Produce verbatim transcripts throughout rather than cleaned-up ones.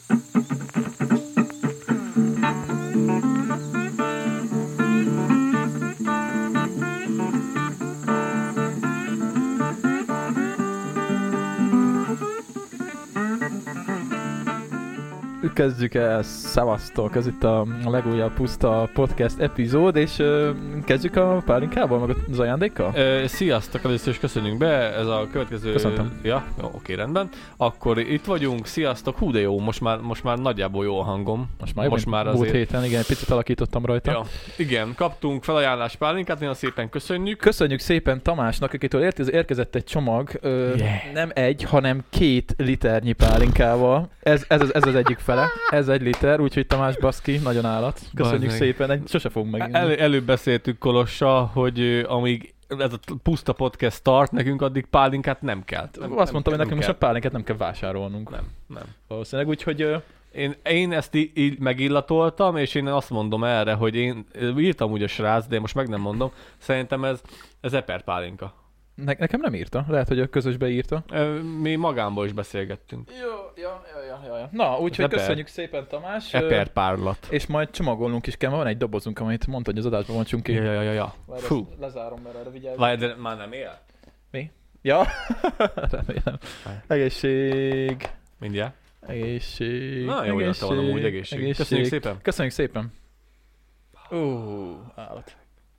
Kezdjük el, szevasztok, ez itt a legújabb Puszta Podcast epizód, és uh, kezdjük a pálinkával, meg az ajándékkal? Ö, sziasztok, először is köszönjünk be, ez a következő... Köszöntöm. Ja, jó, oké, rendben. Akkor itt vagyunk, sziasztok, hú de jó, most már, most már nagyjából jó a hangom. Most már, most már múlt azért... héten, igen, egy picit alakítottam rajta. Ja, igen, kaptunk felajánlás pálinkát, nagyon szépen köszönjük. Köszönjük szépen Tamásnak, akitől érkezett egy csomag, ö, Yeah. nem egy, hanem két liternyi pálinkával. Ez, ez, az, ez az egyik fele, ez egy liter, úgyhogy Tamás baszki, nagyon állat. Köszönjük Bazdmeg. szépen, egy, sose fogunk meginni. El, előbb beszéltük Kolossal, hogy ö, amíg ez a Puszta Podcast tart, nekünk addig pálinkát nem kell. Nem, Azt mondtam, hogy nekünk most a kell. pálinkát nem kell vásárolnunk. Nem, nem. Valószínűleg, úgyhogy... Ö, Én, én ezt í- így megillatoltam, és én azt mondom erre, hogy én írtam úgy a srác, de én most meg nem mondom, szerintem ez, ez eper pálinka. ne, nekem nem írta, lehet, hogy a közösbe írta. Ö, Mi magánból is beszélgettünk. Jó, ja, ja, ja, ja, ja. Na, úgyhogy Eper. köszönjük szépen, Tamás. Eper párlat. És majd csomagolnunk is kell, van egy dobozunk, amit mondta, hogy az adásban bontsunk ki. Ja, ja, ja, ja. Várj, Fú. ezt lezárom, mert erre vigyázz. Várj, de már nem él? Ja, remélem. Egészség. Mindjárt. Egészség. Na, jó írta van amúgy, egészség. Köszönjük szépen. Köszönjük szépen. Ó, állat.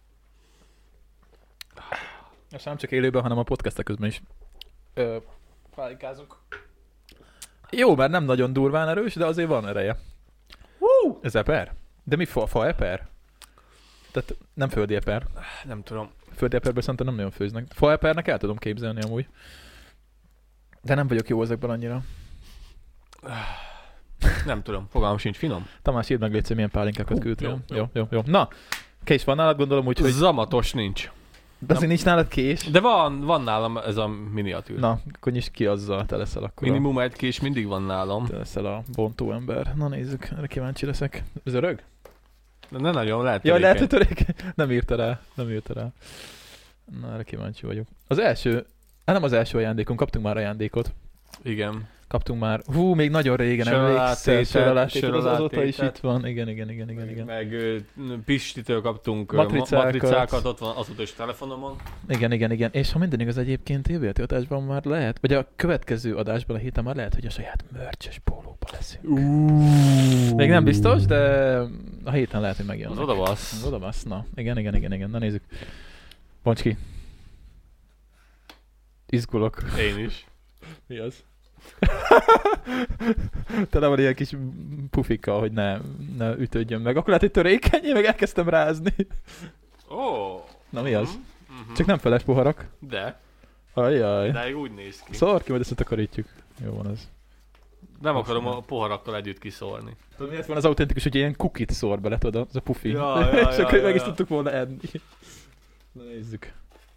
Most nem csak élőben, hanem a podcastek közben is ö, pálinkázunk. Jó, mert nem nagyon durván erős, de azért van ereje. Woo! Ez eper? De mi fa, fa eper? Tehát nem földi eper. Nem tudom. Földi eperből szerintem nem nagyon főznek. Fa epernek el tudom képzelni amúgy. De nem vagyok jó ezekben annyira. Nem tudom. Fogalmam sincs, finom. Tamás, írd meg, légy szíves, milyen pálinkákat Hú, küldtél. jó, Jó, jó. jó, jó. Na, kés van nálad, gondolom úgy, hogy... Zamatos nincs. De azért nincs nálad kés? De van, van nálam ez a miniatűr. Na, akkor nyisd ki azzal, te leszel akkor. Minimum egy kés mindig van nálam. A, te leszel a bontó ember. Na nézzük, erre kíváncsi leszek. Ez öreg? De ne nagyon lehet. Jaj, lehet, hogy törékeny. törékeny. Nem írta rá, nem írta rá. Na, erre kíváncsi vagyok. Az első, hát nem az első ajándékunk, kaptunk már ajándékot. Igen. Kaptunk már, hú, még nagyon régen emlékszel, Sörölátétel, az azóta is sörölátétel. itt van. Igen, igen, igen, igen, igen. Meg ö, Pistitől kaptunk ö, Matricákat. ma- matricákat, ott van azóta is telefonomon. Igen, igen, igen. És ha minden igaz, egyébként jövő heti adásban már lehet, vagy a következő adásban a héten már lehet, hogy a saját merch-es pólóba leszünk. Uh. Még nem biztos, de a héten lehet, hogy megjönnek. Az odabasz. Az odabasz, na. Igen, igen, igen, igen. Na nézzük. Bonts ki. Izgulok. Én is. Mi az? Tele van ilyen kis pufikkal, hogy ne, ne ütődjön meg. Akkor lehet, hogy törékeny, meg elkezdtem rázni. Ó. Oh. Na mi az? Uh-huh. Csak nem feles poharak. De. Ajjaj. De úgy néz ki. Szar ki, majd ezt takarítjuk. Jó van ez. Nem akarom a poharakkal együtt kiszórni. Tudod, miért van az autentikus, hogy ilyen kukit szór bele, tudod, az a pufi. Ja, ja, És ja, akkor ja, meg is ja. tudtuk volna enni. Na nézzük.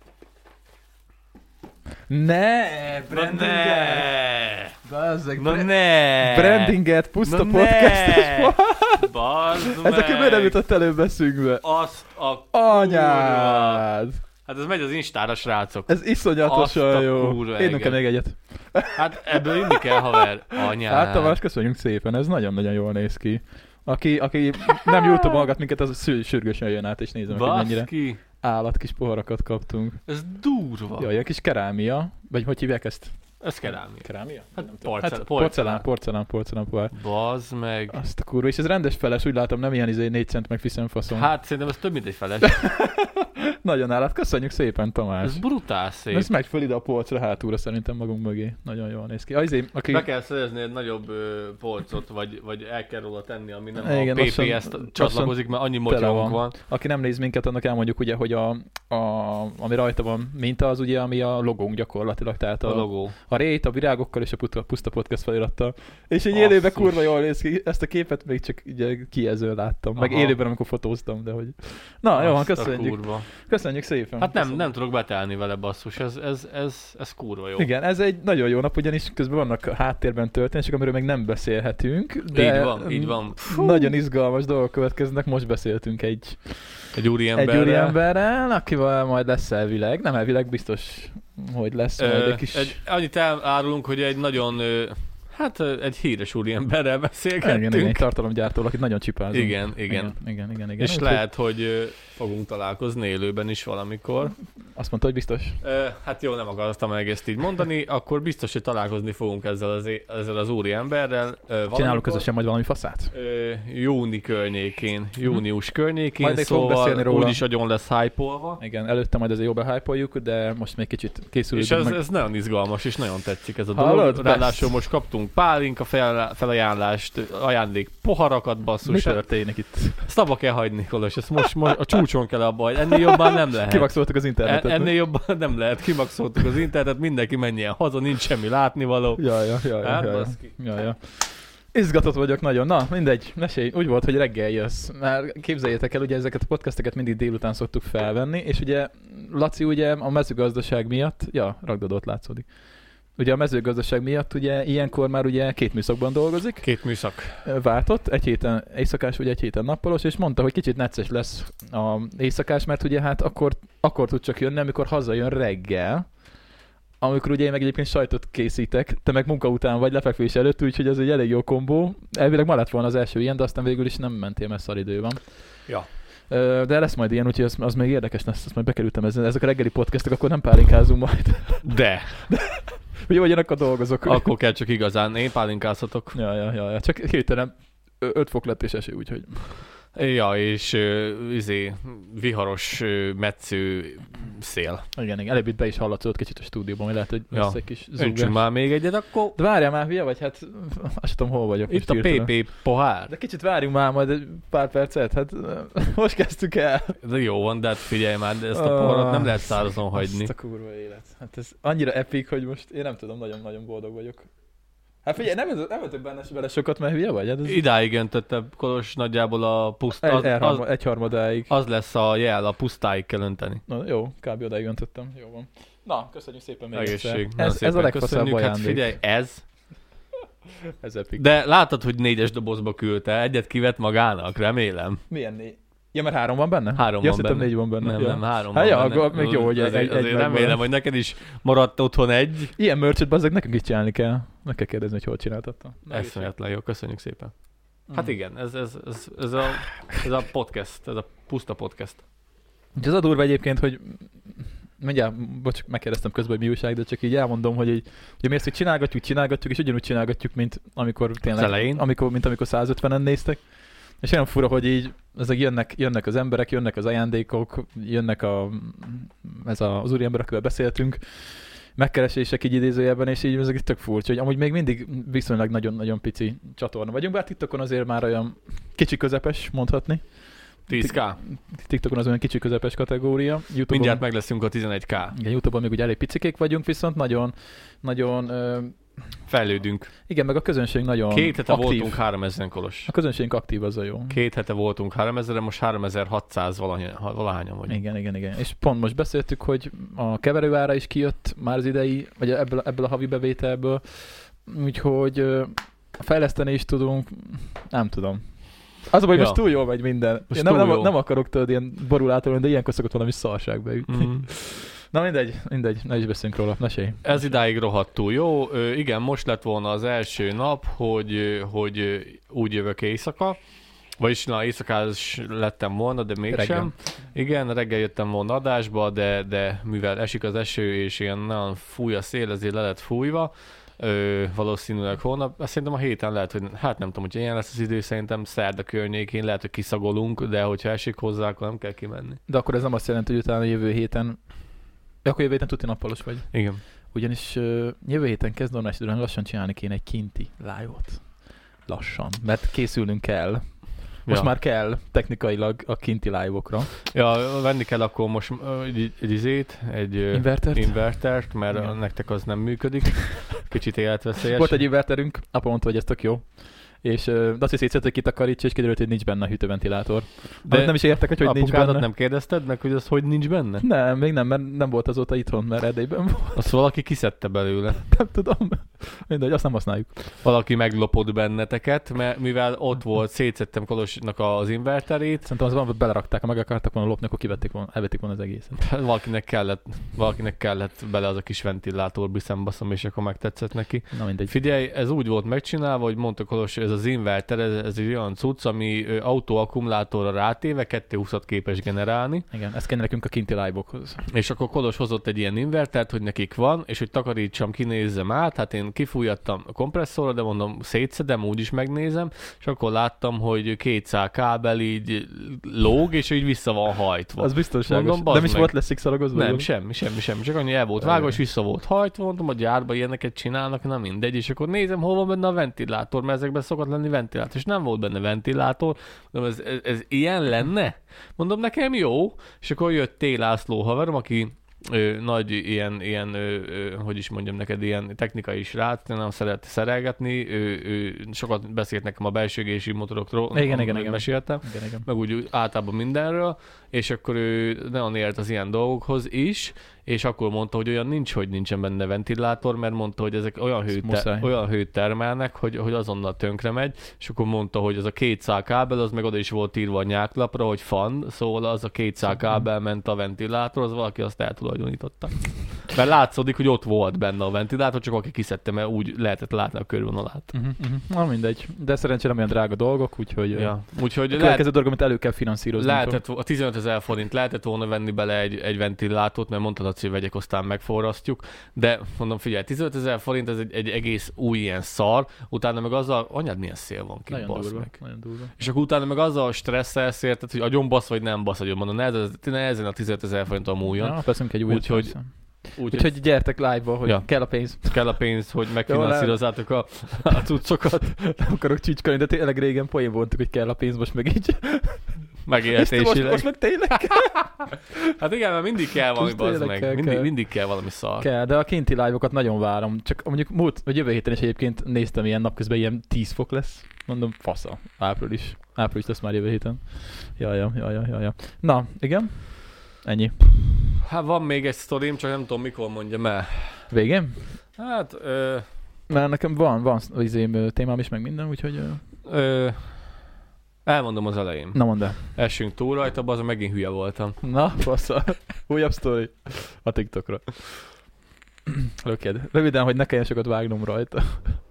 Ne, brandinget! Bazzeg, Na bra- ne! brandinget, puszta Na podcast-es ne! Bazd meg! Ezek miért nem jutott előbb eszünkbe? Azt a kurva. Anyád! Hát ez megy az Instára, srácok. Ez iszonyatosan Azt a jó. kurva Énnünk eget. még egyet. Hát ebből inni kell, haver. Anyád. Hát Tamás, köszönjük szépen, ez nagyon-nagyon jól néz ki. Aki, aki nem YouTube hallgat minket, az szü- sürgősen jön át és nézze meg, hogy mennyire Baszki. állat kis poharakat kaptunk. Ez durva. Jaj, ilyen kis kerámia, vagy hogy hívják ezt? Ez kerámia. Kerámia? Hát Nem tudom. porcel- hát porcelán. porcelán, porcelán, porcelán pohár. Bazd meg. Azt a kurva, és ez rendes feles, úgy látom, nem ilyen izé négy cent meg fiszemfaszon. Hát szerintem ez több mint egy feles. Nagyon állat, köszönjük szépen, Tamás. Ez brutál szép. Ez megy föl ide a polcra hátulra szerintem magunk mögé. Nagyon jól néz ki. Azért, aki... Be kell szerezni egy nagyobb ö, polcot, vagy, vagy el kell róla tenni, ami nem Igen, a pé pé es lassan- csatlakozik, mert annyi tele motyónk van. van. Aki nem néz minket, annak elmondjuk ugye, hogy a, a, ami rajta van minta az ugye, ami a logónk gyakorlatilag. Tehát A a, logó. a rét, a virágokkal és a puszta, puszta podcast felirattal. És egy Basszus. élőben kurva jól néz ki. Ezt a képet még csak ugye kijelzőn láttam. Meg Aha. élőben, amikor fotóztam, de hogy... Na, jó van, Azt a köszönjük. kurva. Köszönjük szépen. Hát nem, Köszönjük. nem tudok betelni vele, basszus, ez, ez, ez, ez kurva jó. Igen, ez egy nagyon jó nap, ugyanis közben vannak háttérben történések, amiről még nem beszélhetünk. De Így van, így van. Fú. Nagyon izgalmas dolgok következnek. Most beszéltünk egy, Egy úri egy emberrel. úri emberrel, akivel majd lesz elvileg. Nem elvileg, biztos, hogy lesz majd Ö, egy kis... egy, annyit elárulunk, hogy egy nagyon ö, Hát egy híres úriemberrel beszélgettünk. Igen, igen, egy tartalomgyártól, akit nagyon csipázunk. Igen, igen. Igen, igen, igen, igen. És Úgy, lehet, hogy ö, fogunk találkozni élőben is valamikor. azt mondta, hogy biztos. Ö, hát jó, nem akartam meg ezt így mondani, akkor biztos, hogy találkozni fogunk ezzel az, é- ezzel az úriemberrel. Ö, Csinálunk közösen majd valami faszát. Ö, júni környékén, június környékén, Majd még fogunk beszélni szóval róla. úgyis agyon lesz hype-olva. Igen, előtte majd azért jobban hype-oljuk, de most még kicsit készülünk. És ez, meg. ez nagyon izgalmas, és nagyon tetszik ez a Hallod? dolog. Persze. Ráadásul most kaptunk pálinka fel, felajánlást, ajándék poharakat, Mi basszus. történik itt? Ezt abba kell hagyni, Kolos, ezt most, most a csúcson kell abba hagyni. Ennél jobban nem lehet. Kivaxoltuk az internetet. En, ennél jobban nem lehet. Kimaxoltuk az internetet, mindenki menjen haza, nincs semmi látnivaló. Ja, ja, ja, ja, Hát, ja, ja. baszki. ja, ja. Izgatott vagyok nagyon. Na, mindegy, mesélj. Úgy volt, hogy reggel jössz. Már képzeljétek el, ugye ezeket a podcasteket mindig délután szoktuk felvenni, és ugye Laci ugye a mezőgazdaság miatt, ja, ragdodott látszódik. Ugye a mezőgazdaság miatt ugye ilyenkor már ugye két műszakban dolgozik. Két műszak. Váltott, egy héten éjszakás, vagy egy héten nappalos, és mondta, hogy kicsit necces lesz a éjszakás, mert ugye hát akkor, akkor tud csak jönni, amikor hazajön reggel, amikor ugye én meg egyébként sajtot készítek, te meg munka után vagy lefekvés előtt, úgyhogy ez egy elég jó kombó. Elvileg ma lett volna az első ilyen, de aztán végül is nem mentél, mert szaridő van. Ja. Ö, De lesz majd ilyen, úgyhogy az, az még érdekes lesz, azt majd bekerültem ezzel. Ezek a reggeli podcastok, akkor nem pálinkázunk majd. De. Ugye ugyanakkor dolgozok. Akkor kell csak igazán. Én pálinkázhatok. Ja, ja, ja, ja. Csak hirtelen öt fok lett és eső, úgyhogy... Ja, és uh, izé, viharos, uh, metsző szél. Igen, igen, előbb itt be is hallatszott kicsit a stúdióban, hogy lehet, hogy Ja. lesz egy kis Öntsünk zúgás. már még egyet, akkor De várjál már, hülye vagy? Hát azt tudom, hol vagyok. itt a most hirtelen. pé pé pohár. De kicsit várjunk már majd egy pár percet, hát most kezdtük el. De jó van, de hát figyelj már, de ezt a poharat nem lehet szárazon hagyni. Azt a kurva élet. Hát ez annyira epik, hogy most én nem tudom, nagyon-nagyon boldog vagyok. Hát figyelj, nem, nem ötök benne bele sokat, mert hülye vagy? Hát ez Idáig öntötte Kolos nagyjából a puszta. egy, Az, elharma, az, egy harmadáig. az lesz a jel, a pusztáig kell önteni. Na, jó, kb. Odáig öntöttem. Jó van. Na, köszönjük szépen még egyszer. Egészség. Nagyon Ez, ez a szépen legfaszább köszönjük. Hát ajándék. figyelj, ez. Ez epik. De látod, hogy négyes dobozba küldte. Egyet kivett magának, remélem. Milyen négy? Ja, mert három van benne? Három ja, van azt hittem benne. négy van benne. Nem, ja. nem, három Hát van ja, benne. akkor még jó, hogy egy, azért, egy azért megvan. remélem, hogy neked is maradt otthon egy. Ilyen merchet bazzeg nekünk is csinálni kell. Meg kell kérdezni, hogy hol csináltatta. Eszméletlen jó, köszönjük szépen. Hát Mm. igen, ez, ez, ez, ez, a, ez a podcast, ez a puszta podcast. Úgyhogy az a durva egyébként, hogy mindjárt, bocs, megkérdeztem közben, hogy mi újság, de csak így elmondom, hogy, így, hogy mi ezt így csinálgatjuk, csinálgatjuk, és ugyanúgy csinálgatjuk, mint amikor tényleg, Az elején. amikor, mint amikor százötvenen néztek. És olyan fura, hogy így ezek jönnek, jönnek az emberek, jönnek az ajándékok, jönnek a, ez a, az úriember, akivel beszéltünk, megkeresések így idézőjelben, és így ezek tök furcsa, hogy amúgy még mindig viszonylag nagyon-nagyon pici csatorna vagyunk, bár TikTokon azért már olyan kicsi közepes, mondhatni. tíz ká. TikTokon az olyan kicsi közepes kategória. YouTube-on, Mindjárt meg leszünk a tizenegy ká. igen, YouTube-on még ugye elég picikék vagyunk, viszont nagyon, nagyon, ö, Fejlődünk. igen, meg a közönség nagyon Két hete aktív. voltunk háromezren, Kolos. A közönségünk aktív, az a jó. Két hete voltunk háromezren, most háromezer-hatszáz valahány- valahányan vagyunk. Igen, igen, igen. És pont most beszéltük, hogy a keverőára is kijött már az idei, vagy ebből, ebből a havi bevételből, úgyhogy ö, fejleszteni is tudunk, nem tudom. Az a baj, Ja. most túl jól megy minden. Most Én nem, túl nem, jó. nem akarok tőled ilyen borulától, de ilyenkor szokott valami szarság beütni. Mhm. Na mindegy, mindegy, ne is beszéljünk róla, mesélj. Ez idáig rohadtul jó. Ö, igen, most lett volna az első nap, hogy, ö, hogy ö, úgy jövök éjszaka. Vagyis na, éjszakás lettem volna, de mégsem. Reggel. Igen, reggel jöttem volna adásba, de, de mivel esik az eső, és ilyen nagyon fúj a szél, ezért le lett fújva. Ö, valószínűleg holnap, azt szerintem a héten lehet, hogy hát nem tudom, hogy ilyen lesz az idő, szerintem szerda környékén lehet, hogy kiszagolunk, de hogyha esik hozzá, akkor nem kell kimenni. De akkor ez nem azt jelenti, hogy utána jövő héten, de akkor jövő héten tuti nappalos vagy. Igen. Ugyanis uh, jövő héten kezd normális időben lassan csinálni kéne egy kinti live-ot. Lassan, mert készülnünk kell. Most Ja. már kell technikailag a kinti live-okra. Ja, venni kell akkor most ö, egy, egy izét, egy ö, Invertert. invertert, mert Igen. a nektek az nem működik. Kicsit életveszélyes. Volt egy inverterünk, apa mondta, hogy ez tök jó. és uh, azt hiszem, hogy kitakarítsa, és kiderült, hogy nincs benne a hűtőventilátor. De Amit nem is értek, hogy, hogy nincs benne. nem kérdezted meg, hogy az hogy nincs benne? Nem, még nem, mert nem volt azóta itthon, mert Erdélyben volt. Azt valaki kiszedte belőle. Nem tudom. Mindegy, azt nem használjuk. Valaki meglopott benneteket, mert mivel ott volt, szétszettem Kolosnak az inverterét. Szerintem az van, hogy belerakták, ha meg akartak volna lopni, akkor kivették volna, elvették volna az egészet. Valakinek kellett, valakinek kellett bele az a kis ventilátor biszembaszom, és akkor megtetszett neki. Na mindegy. Figyelj, ez úgy volt megcsinálva, hogy mondta Kolos, ez az inverter, ez, ez egy olyan cucc, ami autóakkumulátorra rátéve kétszázhúszat képes generálni. Igen, ez kéne nekünk a kinti live-okhoz. És akkor Kolos hozott egy ilyen invertert, hogy nekik van, és hogy takarítsam, kinézzem át, hát én kifújattam a kompresszorra, de mondom, szétszedem, úgyis megnézem, és akkor láttam, hogy kétszáz kábel így lóg, és így vissza van hajtva. Az biztonságos. Mondom, nem is meg. volt lesz szalagozva? Nem, semmi, semmi, semmi. Csak annyi el volt vágva, és vissza volt hajtva, mondom, a gyárban ilyeneket csinálnak, na mindegy, és akkor nézem, hol van benne a ventilátor, mert ezekben szokott lenni ventilátor, és nem volt benne ventilátor. Mondom, ez, ez, ez ilyen lenne? Mondom, nekem jó, és akkor jött T. László haverom, aki Ö, nagy ilyen, ilyen ö, ö, hogy is mondjam neked, ilyen technikai srác, nem szeret szerelgetni, ő, ő sokat beszélt nekem a belső égési motorokról, igen, igen, igen. meséltem, igen, igen. meg úgy általában mindenről, és akkor ő nagyon élt az ilyen dolgokhoz is, és akkor mondta, hogy olyan nincs, hogy nincsen benne ventilátor, mert mondta, hogy ezek olyan hőt, te, olyan hőt termelnek, hogy, hogy azonnal tönkre megy, és akkor mondta, hogy az a kétszáz kábel, az meg oda is volt írva a nyáklapra, hogy fan, szóval az a kétszáz kábel ment a ventilátor, az valaki azt eltulajdonította. Mert látszódik, hogy ott volt benne a ventilátor, csak aki kiszedte, mert úgy lehetett látni a körvonalát. Uh-huh, uh-huh. Na mindegy, de szerencsére olyan drága dolgok, úgyhogy ja. Úgyhogy a következő dolog, amit elő kell finanszírozni. Lehetett, a tizenötezer forint lehetett volna venni bele egy, egy ventilátort, mert mondtad, hogy vegyek, aztán megforrasztjuk, de mondom, figyelj, tizenötezer forint, ez egy, egy egész új ilyen szar, utána meg azzal, anyád milyen szél van ki, basz durva, meg. Nagyon durva. És akkor utána meg azzal stresszelsz, érted, hogy agyon basz, vagy nem basz agyon, mondom, ne, ne ezen a tizenötezer forint a múljon. Ja, veszünk egy újat. Úgyhogy Úgy, Úgyhogy gyertek live-ba, hogy ja. kell a pénz. Kell a pénz, hogy megfinanszírozzátok a, a cuccokat. Nem akarok csicskani, de tényleg régen poén voltunk, hogy kell a pénz, most meg így. Megélhetésileg. Most, most meg tényleg Hát igen, mert mindig kell valami, bazd meg. Kell, mindig, kell. mindig kell valami szar. Kell, de a kinti live-okat nagyon várom. Csak mondjuk múlt, vagy jövő héten is egyébként néztem, ilyen napközben ilyen tíz fok lesz. Mondom, fasza. Április. Április lesz már jövő héten. Jaja, jaja, jaja. Na, igen. Ennyi. Hát van még egy sztorim, csak nem tudom mikor mondjam el. Végén? Hát... Ö... Mert nekem van, van izém, témám is, meg minden, úgyhogy... Ö... Elmondom az elején. Na mondd el. Essünk túl rajta, azon megint hülye voltam. Na, fassa. Újabb sztori a TikTokra. Lökjed. Röviden, hogy ne kelljen sokat vágnom rajta.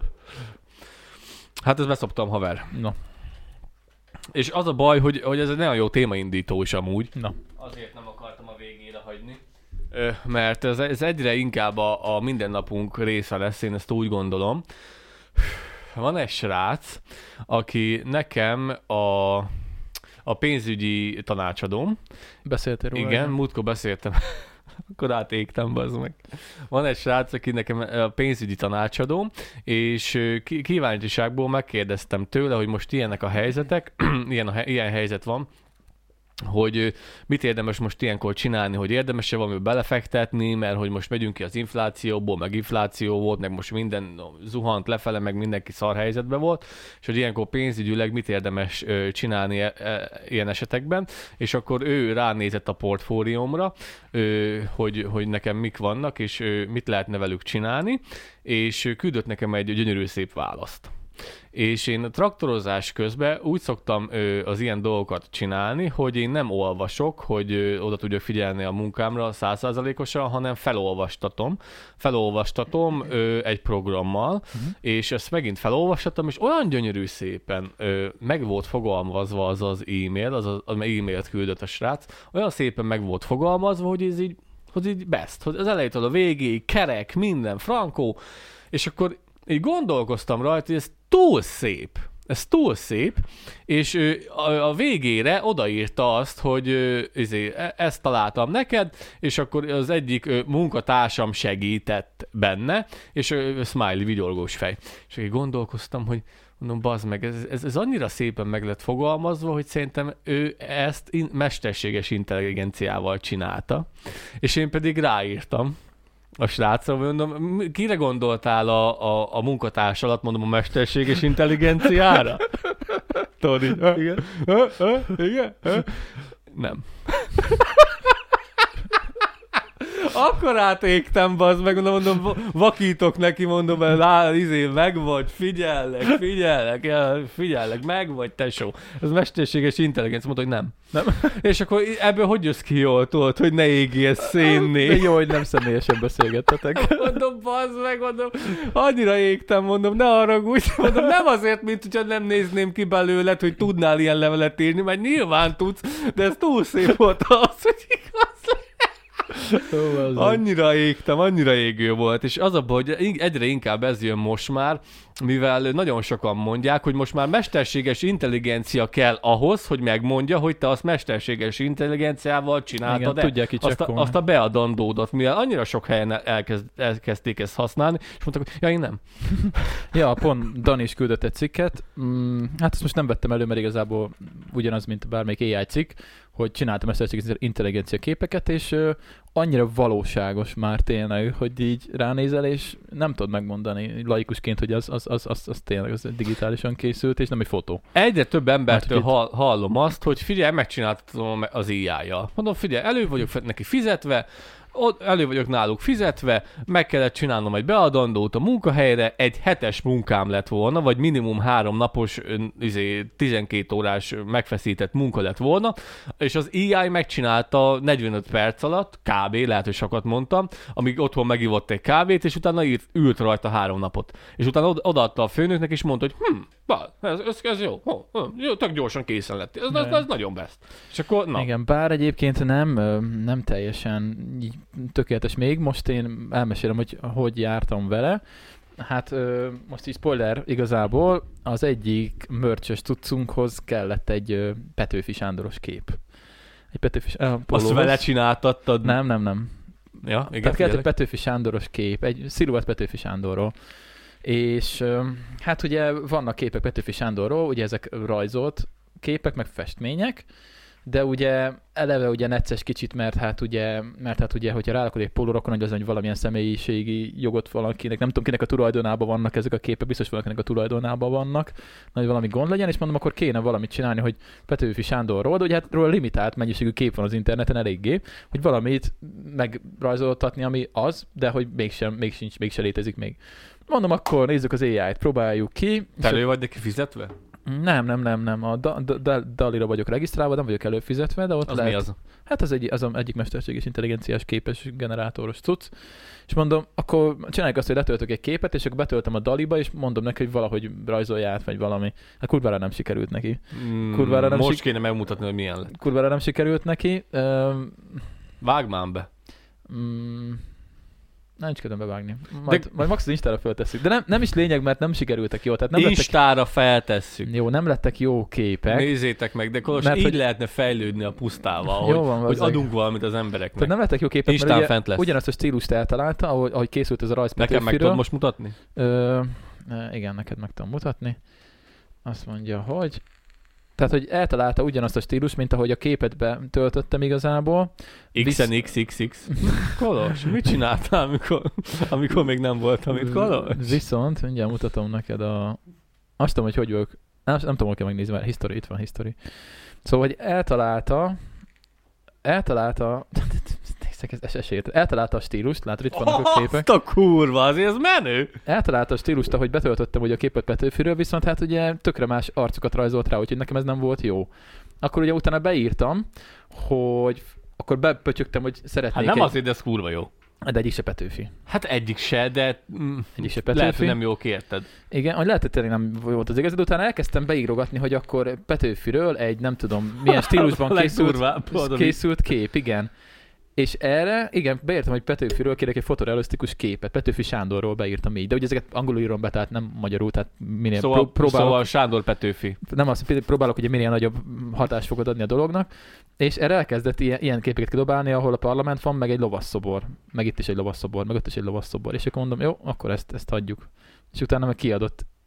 Hát ezt beszoptam, haver. Na. És az a baj, hogy, hogy ez egy nagyon jó témaindító is amúgy. Na. Azért nem akartam a végére hagyni. Ö, mert ez, ez egyre inkább a, a mindennapunk része lesz, én ezt úgy gondolom. Van egy srác, aki nekem a, a pénzügyi tanácsadóm. Beszéltél róla? Igen, múltkor beszéltem. Akkor átégtem, bazd meg. Van egy srác, aki nekem a pénzügyi tanácsadóm, és kíváncsiságból megkérdeztem tőle, hogy most ilyenek a helyzetek, ilyen, a, ilyen helyzet van, hogy mit érdemes most ilyenkor csinálni, hogy érdemes-e valami belefektetni, mert hogy most megyünk ki az inflációból, meg infláció volt, meg most minden zuhant lefele, meg mindenki szar helyzetben volt, és hogy ilyenkor pénzügyileg mit érdemes csinálni e, e, ilyen esetekben, és akkor ő ránézett a portfóliómra, hogy, hogy nekem mik vannak, és mit lehetne velük csinálni, és küldött nekem egy gyönyörű szép választ. És én a traktorozás közben úgy szoktam ö, az ilyen dolgokat csinálni, hogy én nem olvasok, hogy ö, oda tudjak figyelni a munkámra száz százalékosan, hanem felolvastatom. Felolvastatom ö, egy programmal, uh-huh. és ezt megint felolvastatom, és olyan gyönyörű szépen ö, meg volt fogalmazva az az e-mail, az az, az e-mailt küldött a srác, olyan szépen meg volt fogalmazva, hogy ez így, hogy így best, hogy az elejétől a végéig, kerek, minden, frankó, és akkor így gondolkoztam rajta, hogy ez túl szép. Ez túl szép, és a végére odaírta azt, hogy ezt találtam neked, és akkor az egyik munkatársam segített benne, és smiley, vigyorgós fej. És így gondolkoztam, hogy mondom, bazd meg, ez, ez, ez annyira szépen meg lett fogalmazva, hogy szerintem ő ezt in- mesterséges intelligenciával csinálta, és én pedig ráírtam, a srácra, mondom, kire gondoltál a, a, a munkatárs alatt, mondom, a mesterséges intelligenciára? Tudod így, igen, igen, nem. Akkor átégtem, bazd meg, mondom, mondom, vakítok neki, mondom, lá, izé, meg vagy, figyellek, figyellek, figyellek, meg vagy, tesó. Ez mesterséges intelligencia, mondta, hogy nem. Nem. És akkor ebből hogy jössz ki jól, tudod, hogy ne égjél szénné? De jó, hogy nem személyesen beszélgettetek. Mondom, bazd meg, mondom, annyira égtem, mondom, ne haragudj, mondom, nem azért, mint hogyha nem nézném ki belőled, hogy tudnál ilyen levelet írni, mert nyilván tudsz, de ez túl szép volt az, hogy igaz lesz. Annyira égtem, annyira égő volt, és az a baj, hogy egyre inkább ez jön most már, mivel nagyon sokan mondják, hogy most már mesterséges intelligencia kell ahhoz, hogy megmondja, hogy te azt mesterséges intelligenciával csináltad. Igen, tudják azt, a, azt a beadandódat, mivel annyira sok helyen elkezd, elkezdték ezt használni, és mondtak, hogy ja, én nem. Ja, pont Dani is küldött egy cikket, mm, hát azt most nem vettem elő, mert igazából ugyanaz, mint bármelyik á i cikk, hogy csináltam mesterséges intelligencia képeket, és uh, annyira valóságos már tényleg, hogy így ránézel, és nem tudod megmondani laikusként, hogy az, az, az, az, az tényleg az digitálisan készült, és nem egy fotó. Egyre több embertől hall, hallom azt, hogy figyelj, megcsináltatom az á i-jal. Mondom, figyelj, elő vagyok neki fizetve, ott elő vagyok náluk fizetve, meg kellett csinálnom egy beadandót a munkahelyre, egy hetes munkám lett volna, vagy minimum három napos, izé, tizenkét órás megfeszített munka lett volna, és az á i megcsinálta negyvenöt perc alatt, kb. Lehet, hogy sokat mondtam, amíg otthon megivott egy kávét, és utána írt, ült rajta három napot. És utána odaadta a főnöknek, és mondta, hogy hm, bár, ez, ez, ez jó, oh, oh, jó, tök gyorsan készen lett. Ez, ez, ez nagyon best. És akkor, na. Igen, bár egyébként nem, nem teljesen így tökéletes még. Most én elmesélem, hogy hogy jártam vele. Hát most így spoiler igazából, az egyik merch-ös cuccunkhoz kellett egy Petőfi Sándoros kép. Egy Petőfi Sándoros... Azt vele csináltattad? Nem, nem, nem. Ja, igen, Tehát kellett egy Petőfi Sándoros kép, egy sziluett Petőfi Sándorról. És hát ugye vannak képek Petőfi Sándorról, ugye ezek rajzolt képek, meg festmények, de ugye eleve ugye necces kicsit, mert hát ugye, mert hát ugye, hogyha rárakod egy pólóra, akkor nagy az, hogy valamilyen személyiségi jogot valakinek, nem tudom kinek a tulajdonában vannak ezek a képek, biztos valakinek a tulajdonában vannak, nagy valami gond legyen, és mondom, akkor kéne valamit csinálni, hogy Petőfi Sándorról, de ugye hát róla limitált mennyiségű kép van az interneten eléggé, hogy valamit megrajzoltatni, ami az, de hogy mégsem, még sincs, mégsem létezik még. Mondom, akkor nézzük az á i-t, próbáljuk ki. Te elő vagy neki fizetve? Nem, nem, nem, nem. A da- da- da- Dalira vagyok regisztrálva, nem vagyok előfizetve, de ott az lehet... mi az? Hát az, egy, az egyik mesterséges intelligenciás képes generátoros cucc. És mondom, akkor csináljuk azt, hogy letöltök egy képet, és akkor betöltöm a Daliba, és mondom neki, hogy valahogy rajzolja át, vagy valami. Hát kurvára nem sikerült neki. Kurvára nem Most sik- kéne megmutatni, hogy milyen lett. Kurvára nem sikerült neki. Um, Vágd már be. Um, Nem is kedvem bevágni. Majd, de... majd max az Instára feltesszük. De nem, nem is lényeg, mert nem sikerültek jó. Tehát nem Instára lettek... feltesszük. Jó, nem lettek jó képek. Nézzétek meg, de Kolos, így hogy... lehetne fejlődni a pusztával, jó, hogy, van, hogy adunk valamit az embereknek. Tehát nem lettek jó képek, Instán mert fent lesz. Ugyanazt a stílust eltalálta, ahogy, ahogy készült ez a rajz Nekem meg tudod most mutatni? Ö, igen, neked meg tudom mutatni. Azt mondja, hogy... Tehát, hogy eltalálta ugyanazt a stílus, mint ahogy a képet betöltöttem igazából. X-en X X X. Kolos, mit csináltál, amikor, amikor még nem voltam itt, Kolos? Viszont, mindjárt mutatom neked a... Azt tudom, hogy hogy vagyok... Nem, nem tudom, hogy kell megnézni, mert history, itt van history. Szóval, hogy eltalálta... Eltalálta... Ez esélyt. Eltalálta a stílust, látod, itt vannak oh, a képek. Azt a kurva, azért ez menő! Eltalálta a stílust, ahogy betöltöttem ugye a képet Petőfiről, viszont hát ugye tökre más arcokat rajzolt rá, úgyhogy nekem ez nem volt jó. Akkor ugye utána beírtam, hogy akkor bepötyögtem, hogy szeretnék... Hát nem egy... azért, de ez kurva jó. De egyik se Petőfi. Hát egyik se, de mm, egyik se Petőfi. Lehet, hogy nem jól kérted. Igen, hogy lehet, hogy tényleg nem volt az igaz, de utána elkezdtem beírogatni, hogy akkor Petőfiről egy nem tudom milyen stílusban készült, készült kép, igen. És erre, igen, beírtam, hogy Petőfiről kérek egy fotorealisztikus képet. Petőfi Sándorról beírtam így, de ugye ezeket angolul írom be, tehát nem magyarul, tehát minél szóval, pró- próbálok... Szóval Sándor Petőfi. Nem azt, próbálok ugye minél nagyobb hatásfokot adni a dolognak, és erre elkezdett ilyen, ilyen képeket kidobálni, ahol a parlament van, meg egy lovasszobor, meg itt is egy lovasszobor, meg ott is egy lovasszobor, és akkor mondom, jó, akkor ezt, ezt hagyjuk. És utána meg kiadott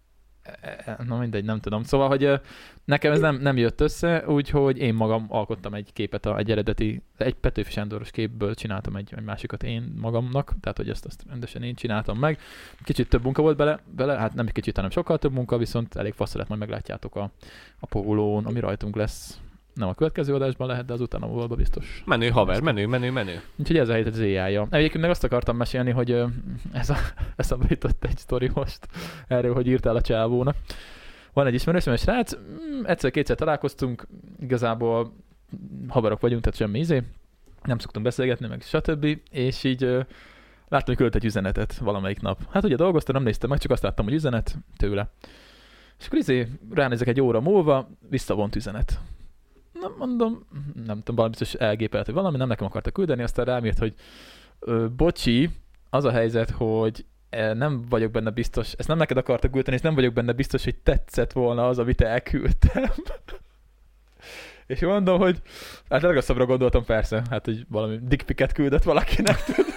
Na mindegy, nem tudom. Szóval, hogy nekem ez nem, nem jött össze, úgyhogy én magam alkottam egy képet, a, egy eredeti, egy Petőfi Sándoros képből csináltam egy, egy másikat én magamnak, tehát hogy ezt, ezt rendesen én csináltam meg. Kicsit több munka volt bele, bele, hát nem kicsit, hanem sokkal több munka, viszont elég fasz lett, majd meglátjátok a, a pólón, ami rajtunk lesz. Nem a következő adásban lehet, de az utána volna biztos. Menő haver, menő, menő, menő. Úgyhogy ez a helyzet az éjjája. Egyébként meg azt akartam mesélni, hogy ez a, eszembe jutott egy sztori most erről, hogy írtál a csávónak. Van egy ismerősöm, egy srác, egyszer-kétszer találkoztunk, igazából haverok vagyunk, tehát semmi izé, nem szoktunk beszélgetni, meg stb. És így láttam, hogy küldött egy üzenetet valamelyik nap. Hát ugye dolgoztam, nem néztem meg, csak azt láttam, hogy üzenet tőle. És akkor izé ránézek egy óra múlva, visszavont üzenet. Nem mondom, nem tudom, valami biztos elgépelt, hogy valami, nem nekem akarta küldeni, aztán rám írt, hogy ö, bocsi, az a helyzet, hogy nem vagyok benne biztos, ezt nem neked akarta küldeni, és nem vagyok benne biztos, hogy tetszett volna az, amit elküldtem. És mondom, hogy hát legrosszabbra gondoltam, persze, hát hogy valami dickpiket küldött valakinek, tudom.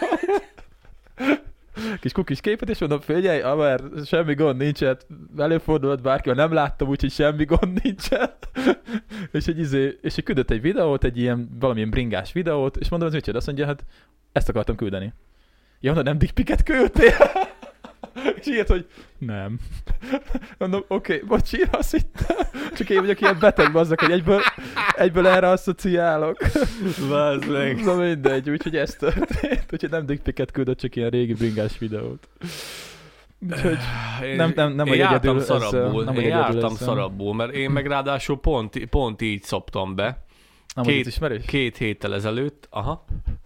Kis kukis képet, és mondom, figyelj, haver, semmi gond nincsen, előfordulhat bárki, nem láttam, úgyhogy semmi gond nincsen. és hogy izé, és hogy küldött egy videót, egy ilyen valamilyen bringás videót, és mondom, az micsoda, azt mondja, hát ezt akartam küldeni. Ja, mondom, nem dickpiket küldtél? és írt, hogy nem. Mondom, oké, okay, bocsi, azt hittem. Csak én vagyok ilyen beteg, bazzak, hogy egyből, egyből erre asszociálok. Vázzleg. Na mindegy, úgyhogy ez történt. Úgyhogy nem dickpiket küldött, csak ilyen régi bringás videót. Úgyhogy nem, nem, nem én vagy jártam egyedül. szarabbul, Ez, nem én jártam ezzel. szarabbul, mert én meg ráadásul pont, pont így szoptam be. Nem két, ismerős? két héttel ezelőtt, aha.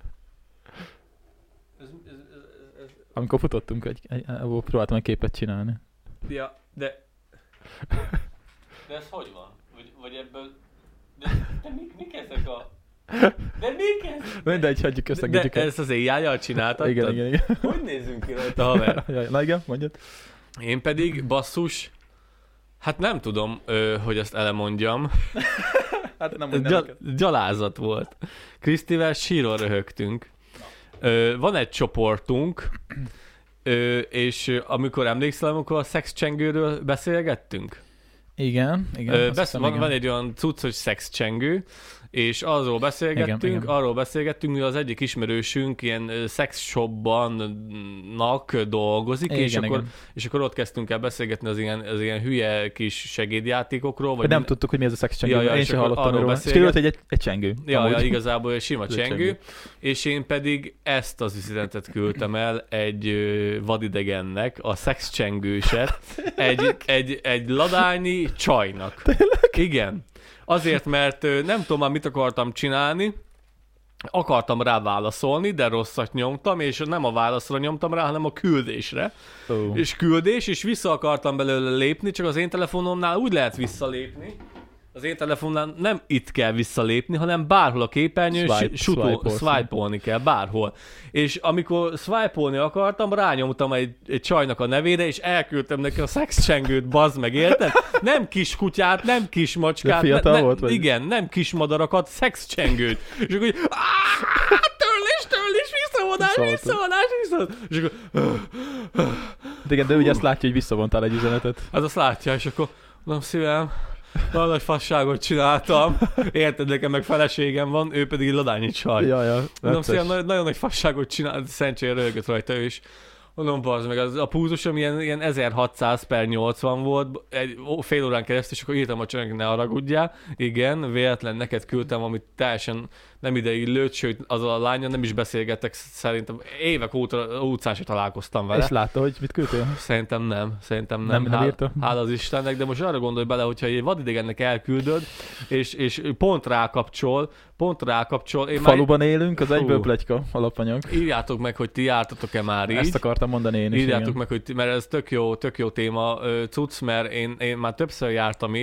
Amikor futottunk, egy, egy, egy, próbáltam egy képet csinálni. Ja, de... De ez hogy van? Vagy, vagy ebből... De, de mik, mik ezek a... De mik ezek? Mindegy, hagyjuk összegítjük. De ezt az éjjájjal csináltad? Igen, igen, igen. Hogy nézzünk ki rajta, haver? Ja, na igen, mondjad. Én pedig, basszus, hát nem tudom, ö, hogy ezt elemondjam. Hát nem, hogy Gy- gyalázat volt. Krisztivel síron röhögtünk. Ö, van egy csoportunk, ö, és amikor emlékszel, amikor a szexcsengőről beszélgettünk? Igen, igen. Ö, besz- hiszem, van, igen. van egy olyan cucc, hogy szexcsengő, és arról beszélgettünk, Igen, igen. arról beszélgettünk, hogy az egyik ismerősünk ilyen szexshopban-nak dolgozik, Igen, és, akkor, igen. és akkor ott kezdtünk el beszélgetni az ilyen, az ilyen hülye kis segédjátékokról. Vagy Hogy nem min- tudtuk, hogy mi ez a szexcsengő. Ja, ja, én és sem akkor hallottam arról róla. És beszélget- kiderült, hogy egy, egy csengő. Ja, amúgy. ja, igazából egy sima Ez egy csengő, csengő. és én pedig ezt az üzenetet küldtem el egy ö, vadidegennek, a szexcsengőset, egy, egy, egy ladányi csajnak. Igen. Azért, mert ö, nem tudom már mit akartam csinálni, akartam rá válaszolni, de rosszat nyomtam, és nem a válaszra nyomtam rá, hanem a küldésre. Oh. És küldés, és vissza akartam belőle lépni, csak az én telefonomnál úgy lehet visszalépni, az én telefonál nem itt kell visszalépni, hanem bárhol a képernyőn Swipe, swipe, swipe-olsz. swipe-olni kell, bárhol. És amikor swipe-olni akartam, rányomtam egy, egy csajnak a nevére, és elküldtem neki a szexcsengőt, bazd meg, érted? Nem kis kutyát, nem kis macskát, De fiatal ne, ne, volt, vagy? igen, nem kis madarakat, szexcsengőt. És akkor így, áááá, törlés, törlés, visszavonás, Visszavontad. visszavonás, visszavonás. És akkor, De igen, de ugye azt látja, hogy visszavontál egy üzenetet. hát azt látja, és akkor mondom, szívem, nagyon nagy fasságot csináltam, érted, nekem meg feleségem van, ő pedig ladányi csaj. Ja, ja. Mondom, szívem, Vicces. nagyon, nagyon nagy fasságot csinált, Szentsér röhögött rajta ő is. Mondom, bazd meg, az, a púzusom ilyen, ilyen ezerhatszáz per nyolcvan volt, egy ó, fél órán keresztül, és akkor írtam a csajnak, ne haragudjál. Igen, véletlen neked küldtem, amit teljesen nem ide illőtt, sőt, az a lánya nem is beszélgettek, szerintem évek óta utcán se találkoztam vele. És látta, hogy mit küldtél? Szerintem nem, szerintem nem. Nem, nem Hál- írta? Hála az Istennek, de most arra gondolj bele, hogyha egy vadidegennek elküldöd, és, és pont rákapcsol, pont rákapcsol. Én Faluban élünk, az Fú. egyből pletyka alapanyag. már írjátok meg, hogy ti jártatok-e már így. Ezt akartam mondani én is. Írjátok igen. meg, hogy ti, mert ez tök jó, tök jó téma, ö, cucc, mert én, én már többször jártam így,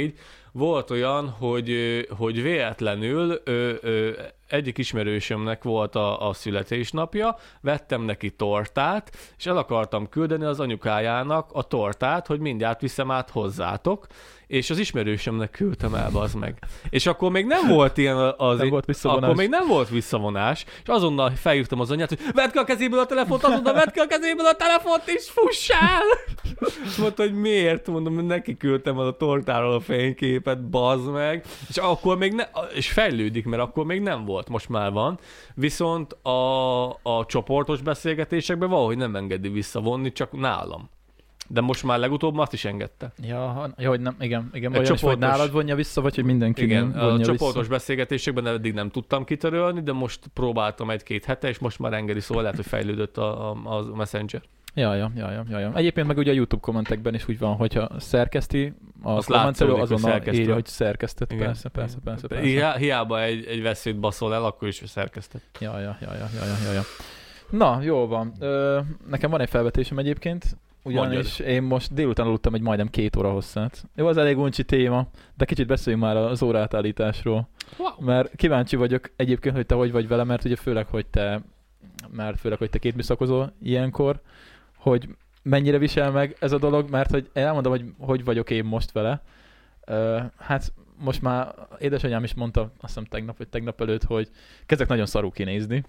volt olyan, hogy, hogy véletlenül ö, ö, egyik ismerősömnek volt a, a születésnapja, vettem neki tortát, és el akartam küldeni az anyukájának a tortát, hogy mindjárt viszem át hozzátok, és az ismerősömnek küldtem el, bazd meg. És akkor még nem volt ilyen az... Nem volt visszavonás. Akkor még nem volt visszavonás, és azonnal felhívtam az anyát, hogy vedd ki a kezéből a telefont, azonnal vedd ki a kezéből a telefont, és fussál! És mondta, hogy miért? Mondom, hogy neki küldtem az a tortáról a fényképet, bazd meg. És akkor még ne, és fejlődik, mert akkor még nem volt, most már van. Viszont a, a csoportos beszélgetésekben valahogy nem engedi visszavonni, csak nálam. De most már legutóbb azt is engedte. Ja, ja hogy nem, igen, igen, olyan csoportos... is, hogy nálad vonja vissza, vagy hogy mindenki igen, vonja a csoportos vissza. beszélgetésekben eddig nem tudtam kitörölni, de most próbáltam egy-két hete, és most már engedi, szóval lehet, hogy fejlődött a, a, a Messenger. Ja, ja, ja, ja, ja, ja. Egyébként meg ugye a YouTube kommentekben is úgy van, hogyha szerkeszti, a kommentelő azonnal írja, hogy szerkesztett. Igen. Persze, persze, persze, persze. Hi- hiába egy, egy veszélyt baszol el, akkor is szerkesztett. Ja, ja, ja, ja, ja, ja, ja. Na, jól van. Ö, nekem van egy felvetésem egyébként, ugyanis Mondjad. Én most délután aludtam egy majdnem két óra hosszát. Jó, az elég uncsi téma, de kicsit beszéljünk már az órátállításról. Wow. Mert kíváncsi vagyok egyébként, hogy te hogy vagy vele, mert ugye főleg, hogy te, mert főleg, hogy te kétműszakozol ilyenkor, hogy mennyire visel meg ez a dolog, mert hogy én elmondom, hogy hogy vagyok én most vele. Uh, hát most már édesanyám is mondta, azt hiszem tegnap, vagy tegnap előtt, hogy kezdek nagyon szarul kinézni.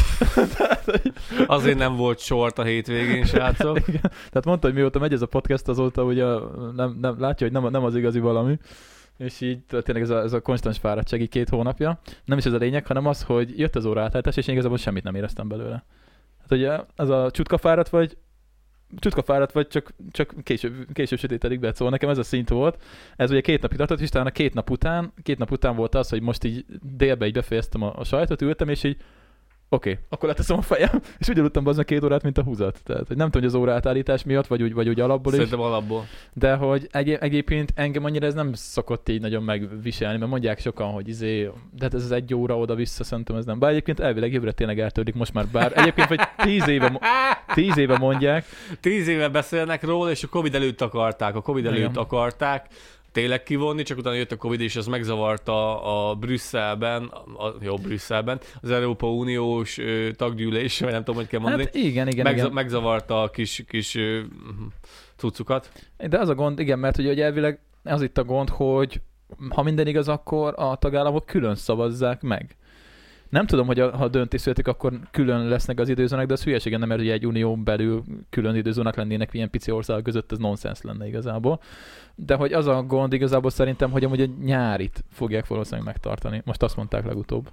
Azért nem volt sort a hétvégén, srácok. Igen. Tehát mondta, hogy mióta megy ez a podcast, azóta ugye nem, nem, látja, hogy nem, nem az igazi valami. És így tényleg ez a, ez a konstans fáradtság így két hónapja. Nem is ez a lényeg, hanem az, hogy jött az óraátállítás, és én igazából semmit nem éreztem belőle. Hát ugye az a csutka fáradt vagy, csutka fáradt vagy, csak, csak később, később sötétedik be, szóval nekem ez a szint volt. Ez ugye két napig tartott, és talán két nap után, két nap után volt az, hogy most így délbe így befejeztem a, a sajtot, ültem, és így oké, okay, akkor leteszem a fejem, és úgy aludtam be két órát, mint a húzat. Tehát, hogy nem tudom, hogy az óraátállítás miatt, vagy úgy, vagy úgy alapból Szerintem is. Szerintem alapból. De hogy egy, egyébként engem annyira ez nem szokott így nagyon megviselni, mert mondják sokan, hogy izé, de hát ez az egy óra oda-vissza, szerintem ez nem. Bár egyébként elvileg jövőre tényleg eltörlik most már, bár egyébként vagy tíz éve, tíz éve mondják. Tíz éve beszélnek róla, és a Covid előtt akarták, a Covid előtt Igen. akarták. Tényleg kivonni, csak utána jött a Covid, és az megzavarta a Brüsszelben, a, jó, Brüsszelben, az Európa Uniós ö, taggyűlés, vagy nem tudom, hogy kell mondani. Hát igen, igen, Megza- igen. Megzavarta a kis, kis ö, cuccukat. De az a gond, igen, mert ugye, hogy elvileg az itt a gond, hogy ha minden igaz, akkor a tagállamok külön szavazzák meg. Nem tudom, hogy a, ha a döntés születik, akkor külön lesznek az időzónák, de az hülyeség nem, mert ugye egy unión belül külön időzónák lennének ilyen pici országok között, ez nonsens lenne igazából. De hogy az a gond igazából szerintem, hogy amúgy a nyárit fogják valószínűleg megtartani. Most azt mondták legutóbb.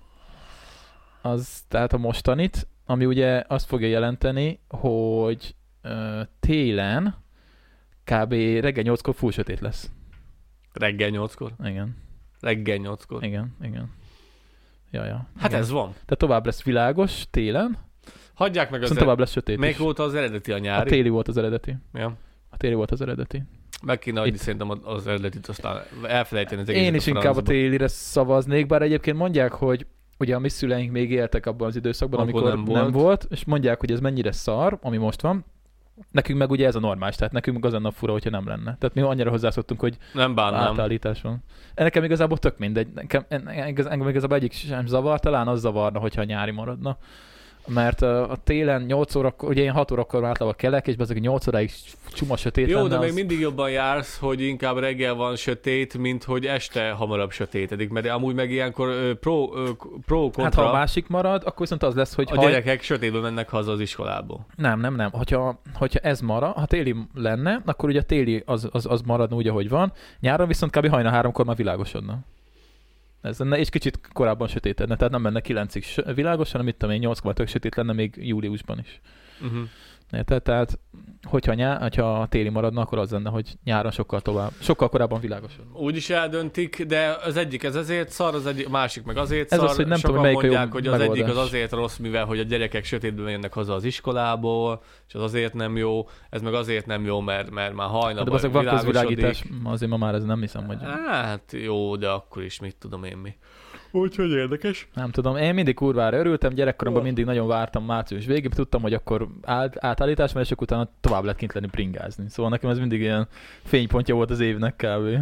Az, tehát a mostanit, ami ugye azt fogja jelenteni, hogy ö, télen kb. Reggel nyolckor full sötét lesz. Reggel nyolckor? Igen. Reggel nyolckor? Igen, igen. Ja, ja. Hát igen. Ez van. Tehát tovább lesz világos télen. Hagyják meg az... Szóval tovább lesz sötét. Melyik volt az eredeti, a nyári? A téli volt az eredeti. Ja. A téli volt az eredeti. Meg kéne adni Itt. szerintem az eredetit, aztán elfelejteni az egészet. Én is inkább a télire szavaznék, bár egyébként mondják, hogy ugye a mi szüleink még éltek abban az időszakban, amikor, amikor nem, nem volt. volt, és mondják, hogy ez mennyire szar, ami most van. Nekünk meg ugye ez a normális, tehát nekünk az lenne fura, hogyha nem lenne. Tehát mi annyira hozzászoktunk, hogy nem bánnám. átállítás van. Nekem igazából tök mindegy. Nekem, engem igazából egyik sem zavar, talán az zavarna, hogyha nyári maradna. Mert a, a télen nyolc órakor, ugye én hat órakor általában kelek, és ezek nyolc óráig csuma sötét Jó, lenne, de még az... mindig jobban jársz, hogy inkább reggel van sötét, mint hogy este hamarabb sötétedik, mert amúgy meg ilyenkor pro, pro kontra. Hát ha a másik marad, akkor viszont az lesz, hogy... A ha... gyerekek sötétben mennek haza az iskolából. Nem, nem, nem. Hogyha, hogyha ez marad, ha téli lenne, akkor ugye a téli az, az, az maradna úgy, ahogy van. Nyáron viszont kb. Hajnal háromkor már világosodna. Ez lenne, és kicsit korábban sötétedne, tehát nem menne kilencig világos, hanem itt én nyolckor tök sötét lenne még júliusban is. Uh-huh. Érted? Tehát, hogyha, nyá, hogyha téli maradna, akkor az lenne, hogy nyáron sokkal tovább, sokkal korábban világosodna. Úgy is eldöntik, de az egyik ez ezért szar, az egyik, másik meg azért ez szar. Az, hogy nem Sokan tudom, melyik mondják, hogy az megoldás. egyik az azért rossz, mivel hogy a gyerekek sötétben jönnek haza az iskolából, és az azért nem jó, ez meg azért nem jó, mert, mert már hajnalban hát, van közvilágítás, azért ma már ez nem hiszem, hogy... Hát jó, de akkor is mit tudom én mi. Úgyhogy érdekes. Nem tudom, én mindig kurvára örültem, gyerekkoromban mindig nagyon vártam március végig, tudtam, hogy akkor át, átállítás van, és akkor utána tovább lehet kint lenni bringázni. Szóval nekem ez mindig ilyen fénypontja volt az évnek kb.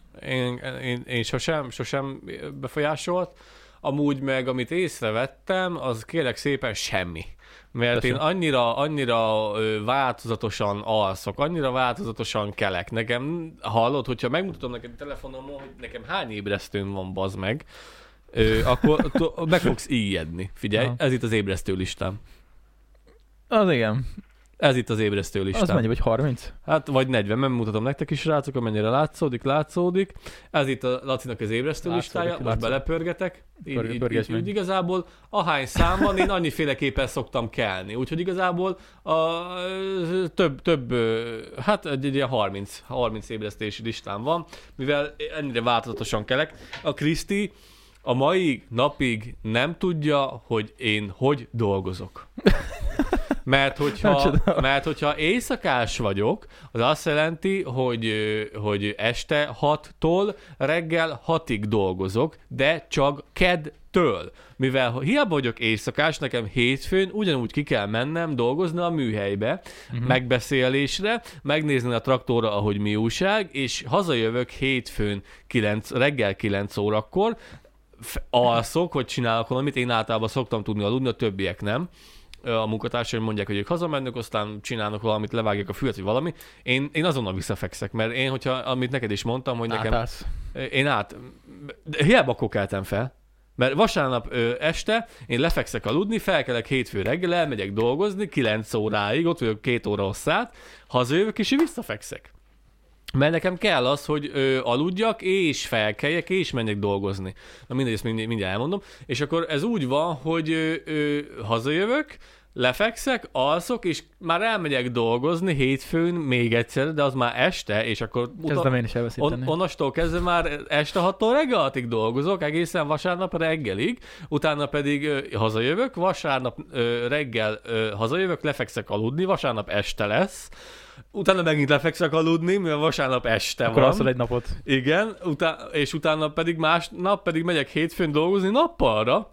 Én, én, én sosem, sosem befolyásolt. Amúgy meg, amit észrevettem, az kérlek szépen semmi. Mert Tessék. Én annyira, annyira változatosan alszok, annyira változatosan kelek. Nekem, hallod, hogyha megmutatom neked telefonomon, hogy nekem hány ébresztőm van, bazd meg, ö, akkor t- meg fogsz ijedni. Figyelj, ha. Ez itt az ébresztő listám. Az igen. Ez itt az ébresztő listám. Az mennyi, vagy harminc? Hát, vagy negyven, nem mutatom nektek is, srácok, amennyire látszódik, látszódik. Ez itt a Lacinak az ébresztő listája, most látszódik. Belepörgetek. Így, így, így, így igazából ahány szám van, én annyiféleképpen szoktam kelni. Úgyhogy igazából a, több, több, hát egy, egy ilyen harminc, harminc ébresztési listám van, mivel ennyire változatosan kelek. A Kriszti a mai napig nem tudja, hogy én hogy dolgozok. Mert hogyha, mert hogyha éjszakás vagyok, az azt jelenti, hogy, hogy este hattól reggel hatig dolgozok, de csak keddtől. Mivel hiába vagyok éjszakás, nekem hétfőn ugyanúgy ki kell mennem dolgozni a műhelybe, uh-huh. megbeszélésre, megnézni a traktorra, ahogy mi újság, és hazajövök hétfőn kilenc, reggel kilenc órakor, alszok, hogy csinálok valamit, én általában szoktam tudni aludni, a többiek nem. A munkatársaim mondják, hogy ők hazamennek, aztán csinálnak valamit, levágják a fület, vagy valami. Én, én azonnal visszafekszek, mert én, hogyha, amit neked is mondtam, hogy nekem... Átállsz. Én át... De hiába akkor keltem fel. Mert vasárnap ö, este én lefekszek aludni, felkelek hétfő reggel, elmegyek dolgozni, kilenc óráig, ott vagyok két óra hosszát, hazajövök és visszafekszek. Mert nekem kell az, hogy ö, aludjak, és felkeljek, és menjek dolgozni. Na mindegy, ezt mind, mindjárt elmondom. És akkor ez úgy van, hogy ö, ö, hazajövök, lefekszek, alszok, és már elmegyek dolgozni hétfőn még egyszer, de az már este, és akkor... Kezdem én is elveszíteni. On, onnastól kezdve már este hattól reggel hatig dolgozok, egészen vasárnap reggelig, utána pedig ö, hazajövök, vasárnap ö, reggel ö, hazajövök, lefekszek aludni, vasárnap este lesz, utána megint lefekszek aludni, mivel vasárnap este akkor van. Akkor egy napot. Igen, utá- és utána pedig másnap pedig megyek hétfőn dolgozni nappalra,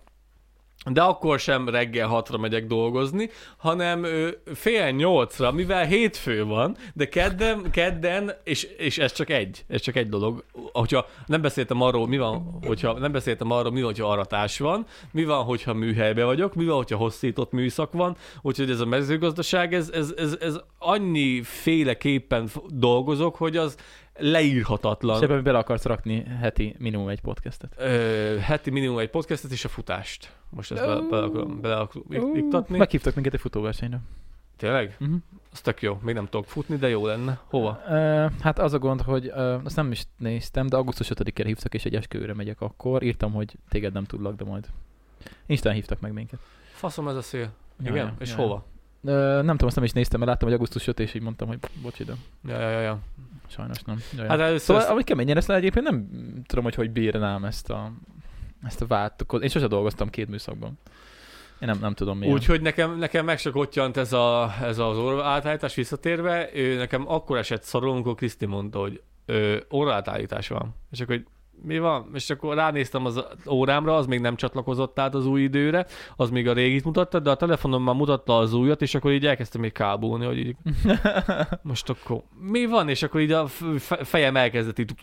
de akkor sem reggel hatra megyek dolgozni, hanem ö, fél nyolcra, mivel hétfő van, de kedden, kedden és, és ez csak egy, ez csak egy dolog. Hogyha nem beszéltem arról, mi van, hogyha nem beszéltem arról, mi van, hogyha aratás van, mi van, hogyha műhelybe vagyok, mi van, hogyha hosszított műszak van, úgyhogy ez a mezőgazdaság, ez, ez, ez, ez annyi féleképpen dolgozok, hogy az leírhatatlan. És ebben bele akarsz rakni heti minimum egy podcastet? Ö, heti minimum egy podcastet és a futást. Most ezt bele, bele akarom, bele akarom iktatni. Meghívtak minket egy futóversenyre. Tényleg? Uh-huh. Az tök jó. Még nem tudok futni, de jó lenne. Hova? Uh, hát az a gond, hogy uh, azt nem is néztem, de augusztus ötödikére hívtak, és egy esküvőre megyek akkor. Írtam, hogy téged nem tudlak, de majd Instán hívtak meg minket. Faszom ez a szél. Ja, igen? Ja, és ja. hova? Uh, nem tudom, azt nem is néztem, mert láttam, hogy augusztus ötödike, és így mondtam, hogy bocs ide. Ja, ja, ja, ja. Sajnos nem. Jaj. Hát először szóval, ezt... ahogy keményen lesz le, egyébként nem tudom, hogy hogy bírnám ezt a, ezt a váltokat. Én sose dolgoztam két műszakban. Én nem, nem tudom miért. Úgyhogy nekem, nekem meg csak ottyant ez, a, ez az óraátállítás visszatérve. Ő, nekem akkor esett szarul, amikor Kriszti mondta, hogy óraátállítás van. És akkor, hogy mi van? És akkor ránéztem az órámra, az még nem csatlakozott át az új időre, az még a régit mutatta, de a telefonom már mutatta az újat, és akkor így elkezdtem még kábulni, hogy így most akkor mi van? És akkor így a fejem elkezdett így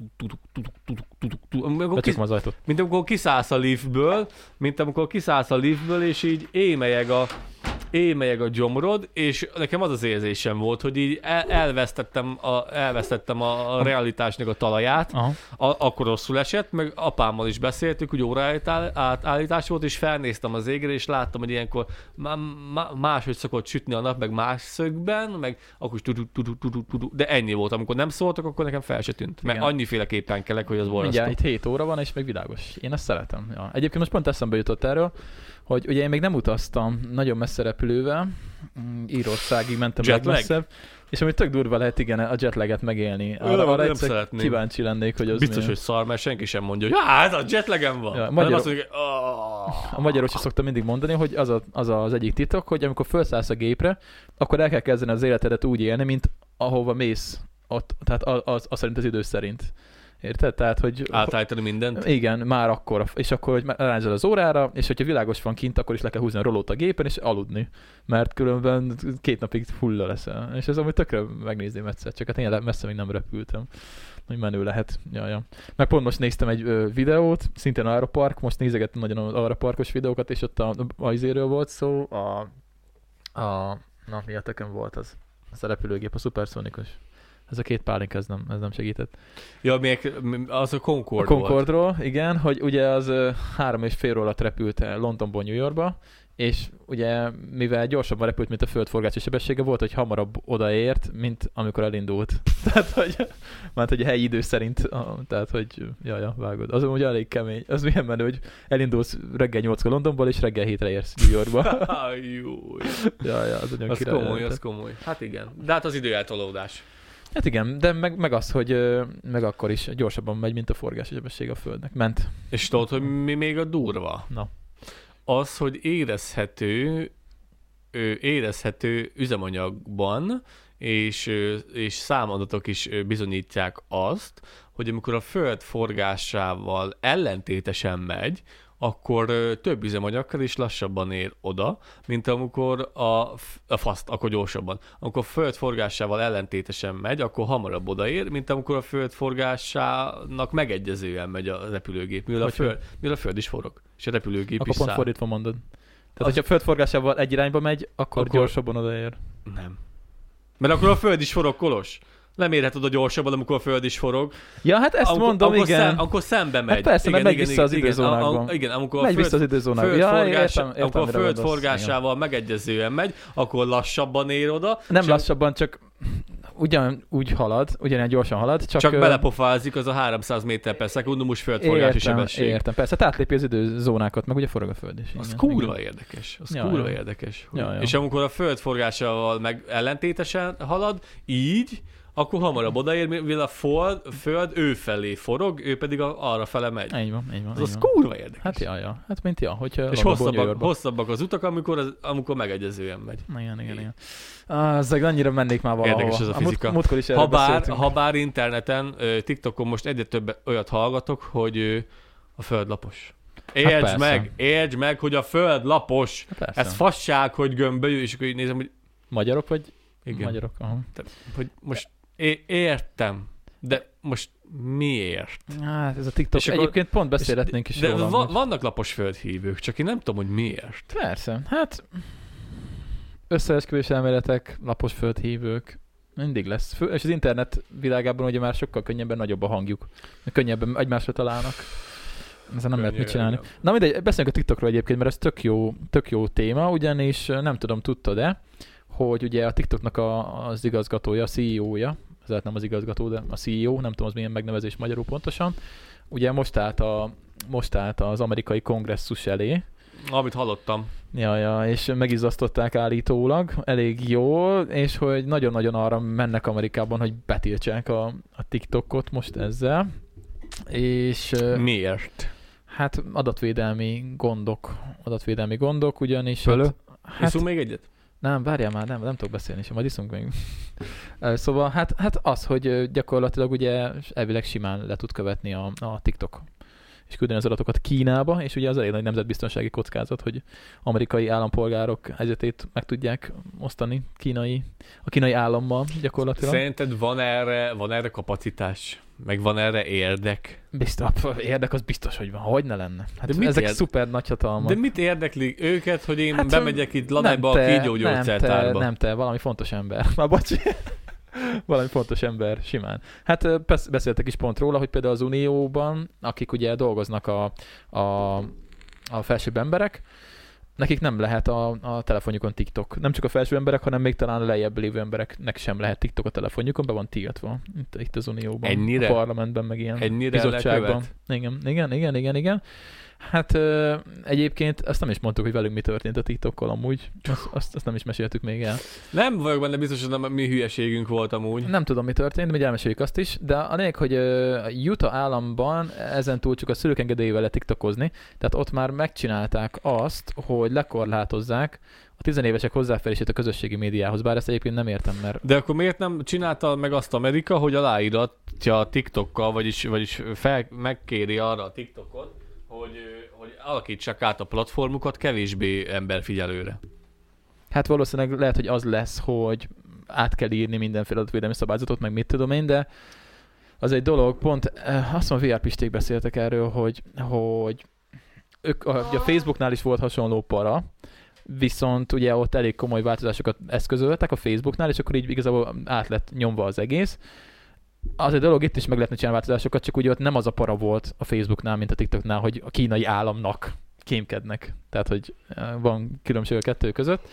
mint amikor kiszállsz a liftből, mint amikor kiszállsz a liftből, és így émelyeg a émelyeg a gyomrod, és nekem az az érzésem volt, hogy így el, elvesztettem, a, elvesztettem a, a realitásnak a talaját, a, akkor rosszul esett, meg apámmal is beszéltük, hogy óraállítás volt, és felnéztem az égre, és láttam, hogy ilyenkor máshogy szokott sütni a nap, meg más szögben, meg akkor is tudu, tudu, tudu, tudu, de ennyi volt. Amikor nem szóltak, akkor nekem fel se tűnt. Mert annyiféleképpen kelek, hogy az borzasztó. Mindjárt itt hét óra van, és meg világos. Én ezt szeretem. Ja. Egyébként most pont eszembe jutott erről, hogy ugye én még nem utaztam nagyon messze repülővel, Írországig mentem legmesszebb, és ami tök durva lehet, igen, a jetlaget megélni. Arra, arra egyszer szeretném. Kíváncsi lennék, hogy az biztos, milyen. Hogy szar, mert senki sem mondja, hogy hát a jetlagem van. Ja, magyar... azt mondja, oh. A magyarok is szoktam mindig mondani, hogy az, a, az az egyik titok, hogy amikor felszállsz a gépre, akkor el kell kezdeni az életedet úgy élni, mint ahova mész, ott, tehát az, az, az szerint az idő szerint. Érted? Tehát, hogy... Átállítani mindent? Igen, már akkor. És akkor, hogy rányzol az órára, és hogyha világos van kint, akkor is le kell húzni a rolót a gépen, és aludni. Mert különben két napig fulla leszel. És ez amúgy tökre megnézném egyszer, csak hát én messze még nem repültem. hogy menő lehet. Ja, ja. Meg pont most néztem egy ö, videót, szintén Aero Park, most nézegettem nagyon az Aero Parkos videókat, és ott a, a izéről volt szó, a, a na, mi a tököm volt az? Az a repülőgép, a szuperszónikus. Ez a két pálinka, ez nem, ez nem segített. Ja, még az a Concorde A Concorde-ról, volt. Igen, hogy ugye az ö, három és fél óra alatt repült Londonból New Yorkba, és ugye mivel gyorsabban repült, mint a földforgási sebessége, volt, hogy hamarabb odaért, mint amikor elindult. Tehát, hogy, mert, hogy a helyi idő szerint, a, tehát, hogy jaj, ja, vágod. Az ugye elég kemény. Az milyen menő, hogy elindulsz reggel nyolckor Londonból, és reggel hétre érsz New Yorkba. Jó. Ja, ja, az nagyon az király. komoly, az komoly. Hát igen. De hát az időeltolódás. Hát igen, de meg, meg az, hogy meg akkor is gyorsabban megy, mint a forgási sebesség a Földnek. Ment. És tudod, hogy mi még a durva? Na. Az, hogy érezhető, érezhető üzemanyagban, és, és számadatok is bizonyítják azt, hogy amikor a Föld forgásával ellentétesen megy, akkor több üzemanyaggal is lassabban ér oda, mint amikor a, a faszt, akkor gyorsabban. Amikor a Föld forgásával ellentétesen megy, akkor hamarabb odaér, mint amikor a Föld forgásának megegyezően megy a repülőgép, mivel a Föld, mivel a föld is forog, és a repülőgép akkor is pont száll. Fordítva mondod. Tehát, az... hogyha a Föld forgásával egy irányba megy, akkor, akkor gyorsabban odaér. Nem. Mert akkor a Föld is forog, Kolos. Nem érhet oda gyorsabban, amikor a Föld is forog. Ja, hát ezt amikor, mondom, amikor igen. Szem, akkor szembe megy. Hát persze, igen, mert megy igen, vissza az igen, időzónákban. Igen, amikor megy a föld, vissza az időzónákban. Föld Ja, forgás, értem, értem, amikor a Föld mondasz, forgásával igen. megegyezően megy, akkor lassabban ér oda. Nem lassabban, csak ugyan úgy halad, ugyanilyen gyorsan halad, csak... Csak ö... belepofázik az a háromszáz méter per szekundumos földforgási sebesség. Értem, persze, tehát átlépi az időzónákat, meg ugye forog a Föld is. Az igen, kurva igen. érdekes. Az ja, kurva ja. érdekes. Ja, ja. És amikor a Föld forgásával meg ellentétesen halad, így, akkor hamarabb odaér, mivel a Föld, Föld ő felé forog, ő pedig a, arra fele megy. Így van, így van. Az, így az van. kurva érdekes. Hát ja, ja. Hát mint ja, hogyha... És hosszabbak, hosszabbak az utak, amikor, az, amikor megegyezően megy. Igen, igen, igen. Ah, ezek annyira mennék már valahova. Érdekes ez a fizika. A múlt, múltkor is ha, bár, beszéltünk. ha bár interneten, TikTokon most egyre több olyat hallgatok, hogy a Föld lapos. Értsd hát meg, értsd meg, hogy a Föld lapos. Hát ez fasság, hogy gömbölyű, és akkor így nézem, hogy... Magyarok vagy? Igen. Magyarok, aha. Te, hogy most é- értem, de most miért? Hát ez a TikTok. És egyébként akkor, pont beszélhetnénk is de róla. De vannak lapos földhívők, csak én nem tudom, hogy miért. Persze, hát összeesküvés elméletek, lapos földhívők, mindig lesz. És az internet világában ugye már sokkal könnyebben nagyobb a hangjuk. Könnyebben egymásra találnak. Ezzel nem lehet mit csinálni. Igen. Na mindegy, beszéljünk a TikTokról egyébként, mert ez tök jó, tök jó téma, ugyanis nem tudom, tudtad-e, hogy ugye a TikToknak a, az igazgatója, a cé e ó-ja, ez lehet nem az igazgató, de a cé e ó, nem tudom, az milyen megnevezés magyarul pontosan, ugye most állt, a, most állt az amerikai kongresszus elé. Amit hallottam. Ja, ja, és megizzasztották állítólag elég jól, és hogy nagyon-nagyon arra mennek Amerikában, hogy betiltsák a, a TikTokot most ezzel. És... Miért? Hát adatvédelmi gondok, adatvédelmi gondok, ugyanis... Pölő? Hát, iszunk még egyet? Nem, várjál már, nem, nem tudok beszélni sem, majd iszunk még. Szóval hát, hát az, hogy gyakorlatilag ugye elvileg simán le tud követni a, a TikTok és küldeni az adatokat Kínába, és ugye az elég nagy nemzetbiztonsági kockázat, hogy amerikai állampolgárok helyzetét meg tudják osztani kínai, a kínai állammal gyakorlatilag. Szerinted van erre, van erre kapacitás? Meg van erre érdek? Biztos, érdek az biztos, hogy van. Hogy ne lenne? Hát ezek érde... szuper nagyhatalmak. De mit érdekli őket, hogy én hát, bemegyek itt Ladányba a kígyógyógyszertárba? Nem te, nem te, valami fontos ember. Már bocsi. Valami fontos ember, simán. Hát beszéltek is pont róla, hogy például az Unióban, akik ugye dolgoznak a, a, a felsőbb emberek, nekik nem lehet a, a telefonjukon TikTok. Nem csak a felső emberek, hanem még talán lejjebb lévő embereknek sem lehet TikTok a telefonjukon, be van tiltva. Itt, itt az Unióban, ennyire? A parlamentben, meg ilyen ennyire bizottságban. Igen, igen, igen, igen, igen. Hát ö, egyébként azt nem is mondtuk, hogy velünk mi történt a TikTokkal amúgy. Azt, azt, azt nem is meséltük még el. Nem vagyok benne biztos, hogy mi hülyeségünk volt amúgy. Nem tudom, mi történt, de elmeséljük azt is. De a lényeg, hogy a Utah államban ezen túl csak a szülők engedélyével lehet TikTokozni. Tehát ott már megcsinálták azt, hogy lekorlátozzák a tizenévesek hozzáférését a közösségi médiához. Bár ezt egyébként nem értem, mert... De akkor miért nem csinálta meg azt Amerika, hogy aláíratja a TikTokkal, vagyis, vagyis fel, megkéri arra a TikTokot, Hogy, hogy alakítsák át a platformukat kevésbé emberfigyelőre. Hát valószínűleg lehet, hogy az lesz, hogy át kell írni mindenféle adatvédelmi szabályzatot, meg mit tudom én, de az egy dolog, pont azt mondom, vé er pisték beszéltek erről, hogy, hogy ők, a, a Facebooknál is volt hasonló para, viszont ugye ott elég komoly változásokat eszközöltek a Facebooknál, és akkor így igazából át lett nyomva az egész. Az egy dolog, itt is meg lehetne csinálni változásokat, csak ugye ott nem az a para volt a Facebooknál, mint a TikToknál, hogy a kínai államnak kémkednek. Tehát, hogy van különbség a kettő között.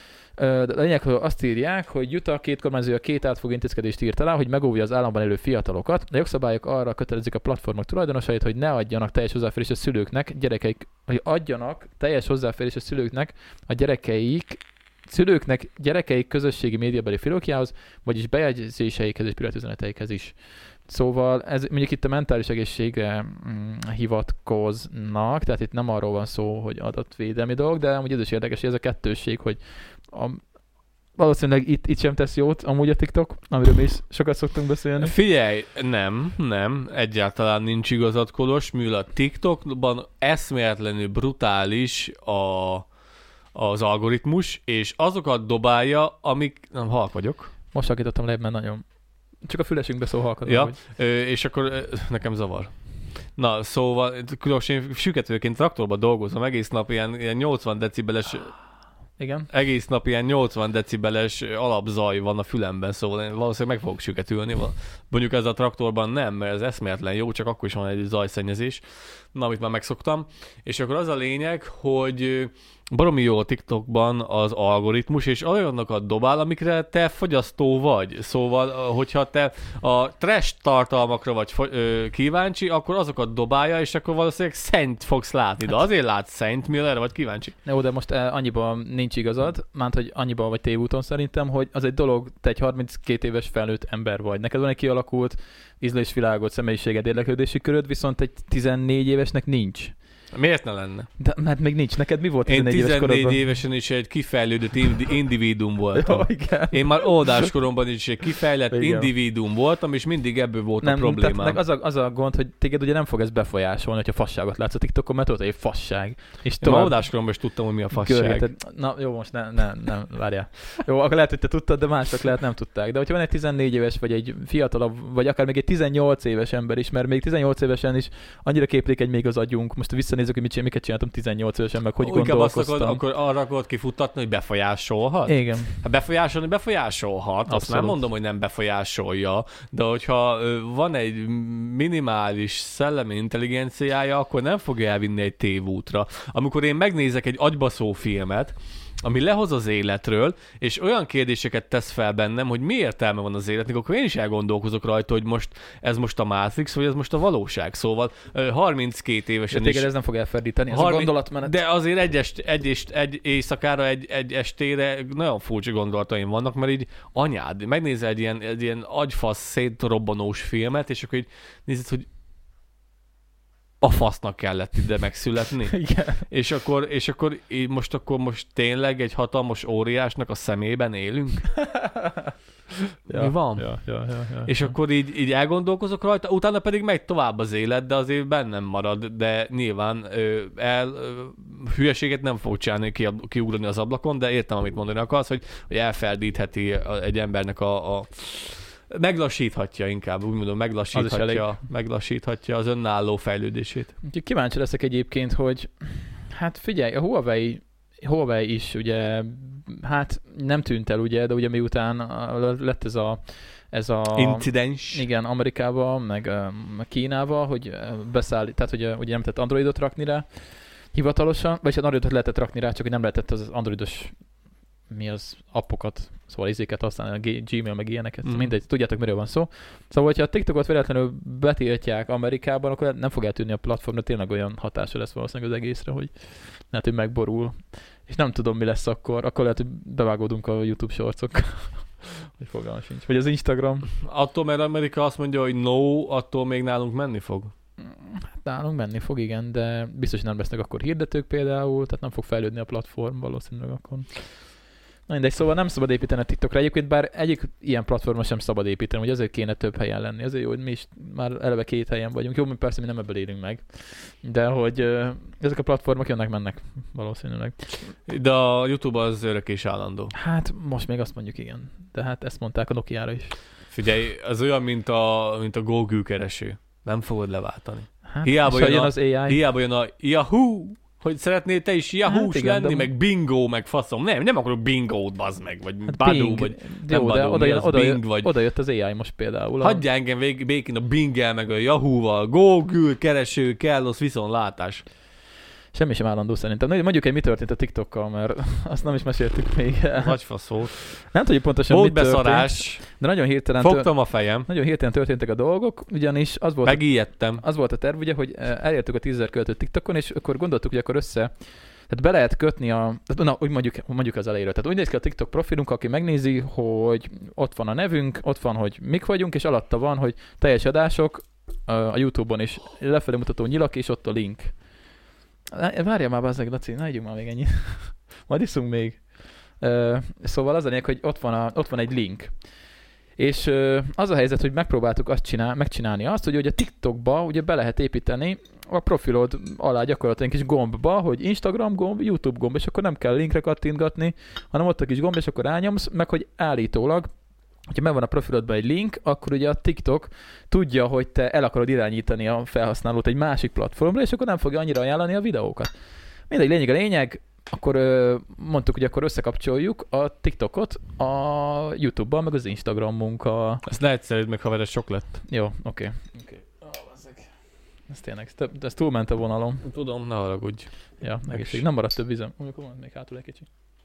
De a lényeg, hogy azt írják, hogy Utah két kormányzója két átfogó intézkedést írt alá, hogy megóvja az államban élő fiatalokat. A jogszabályok arra kötelezik a platformok tulajdonosait, hogy ne adjanak teljes hozzáférést a szülőknek, gyerekeik, hogy adjanak teljes hozzáférést a szülőknek, a gyerekeik, szülőknek gyerekeik közösségi médiabeli filókjához, vagyis bejegyzéseikhez és privát üzeneteikhez is. Szóval ez mondjuk itt a mentális egészségre mm, hivatkoznak, tehát itt nem arról van szó, hogy adatvédelmi dolog, de amúgy ez is érdekes, hogy ez a kettősség, hogy a, valószínűleg itt, itt sem tesz jót amúgy a TikTok, amiről mi is sokat szoktunk beszélni. Figyelj, nem, nem, egyáltalán nincs igazad, Kolos, mivel a TikTokban eszméletlenül brutális a, az algoritmus, és azokat dobálja, amik... Nem, halk vagyok. Most akítottam lejjebb, mert nagyon... Csak a fülesünkbe szól halkadom. Ja, ö, és akkor ö, nekem zavar. Na, szóval, különösen én süketőként traktorban dolgozom, egész nap ilyen, ilyen nyolcvan decibeles... Igen. Egész nap ilyen nyolcvan decibeles alapzaj van a fülemben, szóval én valószínűleg meg fogok süketülni. Mondjuk ez a traktorban nem, mert ez eszméletlen jó, csak akkor is van egy zajszennyezés, na, amit már megszoktam. És akkor az a lényeg, hogy baromi jó a TikTokban az algoritmus, és olyanokat dobál, amikre te fogyasztó vagy. Szóval, hogyha te a trash tartalmakra vagy kíváncsi, akkor azokat dobálja, és akkor valószínűleg szent fogsz látni. De azért látsz szent, mivel erre vagy kíváncsi. Jó, de most annyiban nincs igazad, mert hogy annyiban vagy tévúton szerintem, hogy az egy dolog, te egy harminckét éves felnőtt ember vagy. Neked van egy kialakult ízlésvilágod, személyiséged, érdeklődési köröd, viszont egy tizennégy évesnek nincs. Miért ne lenne? De, mert még nincs. Neked mi volt tizennégy éves korodban? Én tizennégy évesen is egy kifejlődött individuum voltam. Jó, igen. Én már oldáskoromban is egy kifejlett igen. individuum voltam, és mindig ebből volt nem, a problémám. Az a, az a gond, hogy téged ugye nem fog ez befolyásolni, hogyha fasságot látsz a TikTokon, mert ott egy fasság. És én már oldáskoromban is tudtam, hogy mi a fasság. Görgeted. Na jó, most nem, nem, nem, várjál. Jó, akkor lehet, hogy te tudtad, de mások lehet nem tudták. De hogyha van egy tizennégy éves, vagy egy fiatalabb, vagy akár még egy tizennyolc éves ember is, mert még tizennyolc évesen is annyira képlékeny még az agyunk. Most visszanézzük, hogy mit csinál, miket csináltam tizennyolc évesen, meg hogy gondolkoztam. Akarod, akkor arra akarod kifuttatni, hogy befolyásolhat? Igen. Hát befolyásolni befolyásolhat, abszolút. Azt nem mondom, hogy nem befolyásolja, de hogyha van egy minimális szellemi intelligenciája, akkor nem fogja elvinni egy tévútra. Amikor én megnézek egy agybaszó filmet, ami lehoz az életről, és olyan kérdéseket tesz fel bennem, hogy mi értelme van az életnek, akkor én is elgondolkozok rajta, hogy most ez most a Matrix, vagy ez most a valóság. Szóval harminckét évesen de is... ez nem fog elferdíteni, ez harminc a gondolatmenet. De azért egy, est, egy, est, egy éjszakára, egy, egy estére nagyon furcsa gondolataim vannak, mert így anyád, megnézel egy ilyen, egy ilyen agyfasz szétrobbanós filmet, és akkor így nézed, hogy a fasznak kellett ide megszületni. Igen. És akkor, és akkor most akkor most tényleg egy hatalmas óriásnak a szemében élünk? Ja, mi van? Ja, ja, ja, ja, és ja. akkor így, így elgondolkozok rajta, utána pedig megy tovább az élet, de azért bennem marad, de nyilván ö, el, ö, hülyeséget nem fog csinálni, ki, kiugrani az ablakon, de értem, amit mondani akarsz, hogy, hogy elferdítheti egy embernek a, a meglassíthatja inkább, úgy mondom, meglassíthatja, meglassíthatja az önálló fejlődését. Kíváncsi leszek egyébként, hogy hát figyelj, a Huawei, Huawei is ugye, hát nem tűnt el ugye, de ugye miután lett ez a ez a incidens. Igen, Amerikában, meg, meg Kínában, hogy beszáll, tehát hogy ugye nem tett Androidot rakni rá hivatalosan, vagy hát Androidot lehetett rakni rá, csak hogy nem lehetett az androidos mi az appokat, szóval izéket használni, a Gmail meg ilyeneket, mm. mindegy, tudjátok, miről van szó. Szóval, hogyha a TikTokot véletlenül betiltják Amerikában, akkor nem fog eltűnni a platformra, tényleg olyan hatása lesz valószínűleg az egészre, hogy lehet, hogy megborul. És nem tudom, mi lesz akkor, akkor lehet, hogy bevágódunk a YouTube shortsok. Hogy fogalmam sincs. Vagy az Instagram. Attól, mert Amerika azt mondja, hogy no, attól még nálunk menni fog? Hát nálunk menni fog, igen, de biztos, hogy nem lesznek akkor hirdetők például, tehát nem fog fejlődni a platform valószínűleg akkor. Na mindegy, szóval nem szabad építeni a TikTokra. Egyébként bár egyik ilyen platformon sem szabad építeni, hogy azért kéne több helyen lenni. Azért jó, hogy mi is már eleve két helyen vagyunk. Jó, mi persze mi nem ebből élünk meg. De hogy uh, ezek a platformok jönnek-mennek valószínűleg. De a YouTube az örök és állandó. Hát most még azt mondjuk igen. De hát ezt mondták a Nokiára is. Figyelj, az olyan, mint a, mint a Google kereső. Nem fogod leváltani. Hát, hiába, jön jön a, az á i. hiába jön a Yahoo, hogy szeretnél te is Yahoo-s Hát igen, lenni, de- meg bingo, meg faszom. Nem, nem akarok bingót, bazd meg, vagy Hát Badoo, Bing. vagy Jó, nem de Badoo, oda, mi jön, az, oda, Bing, jön, vagy... oda jött az á i most például. A- Hagyja engem vég, békén a Binggel, meg a Yahoo-val, Google kereső, kell, az viszontlátás. Semmi sem állandó szerintem. Na, mondjuk egy mi történt a TikTokkal, mert azt nem is meséltük még el. Nagy fasz volt. Nem tudjuk pontosan, Volt mi történt, beszarás, de nagyon hirtelen, tör... fogtam a fejem, nagyon hirtelen történtek a dolgok, ugyanis az volt, megijedtem. az volt a terv, ugye, hogy elértük a tízezer költőt TikTokon, és akkor gondoltuk, hogy akkor össze, tehát be lehet kötni a, tehát, na, úgy mondjuk, mondjuk az elejéről. Tehát úgy néz ki a TikTok profilunk, aki megnézi, hogy ott van a nevünk, ott van, hogy mik vagyunk, és alatta van, hogy teljes adások a YouTube-on is lefelé mutató nyilak, és ott a link. Várjál már, bazzeg, Laci, ne ígyunk már még ennyi. Majd iszunk még. Uh, szóval az a lényeg, hogy ott van, a, ott van egy link. És uh, az a helyzet, hogy megpróbáltuk azt csinál, megcsinálni azt, hogy ugye a TikTokba ugye be lehet építeni a profilod alá gyakorlatilag egy kis gombba, hogy Instagram gomb, YouTube gomb, és akkor nem kell linkre kattintgatni, hanem ott a kis gomb, és akkor rányomsz, meg hogy állítólag, hogyha megvan a profilodban egy link, akkor ugye a TikTok tudja, hogy te el akarod irányítani a felhasználót egy másik platformra, és akkor nem fogja annyira ajánlani a videókat. Mindegy, lényeg a lényeg, akkor ö, mondtuk, hogy akkor összekapcsoljuk a TikTokot a YouTube-bal, meg az Instagramunkkal. Ezt ne egyszerűd meg, haver, ez sok lett. Jó, oké. Okay. Okay. Oh, ez tényleg, ez, ez túlment a vonalom. Tudom, ne haragudj. Ja, egészség. Nem maradt több vízem. Amikor van még hátul egy kicsi.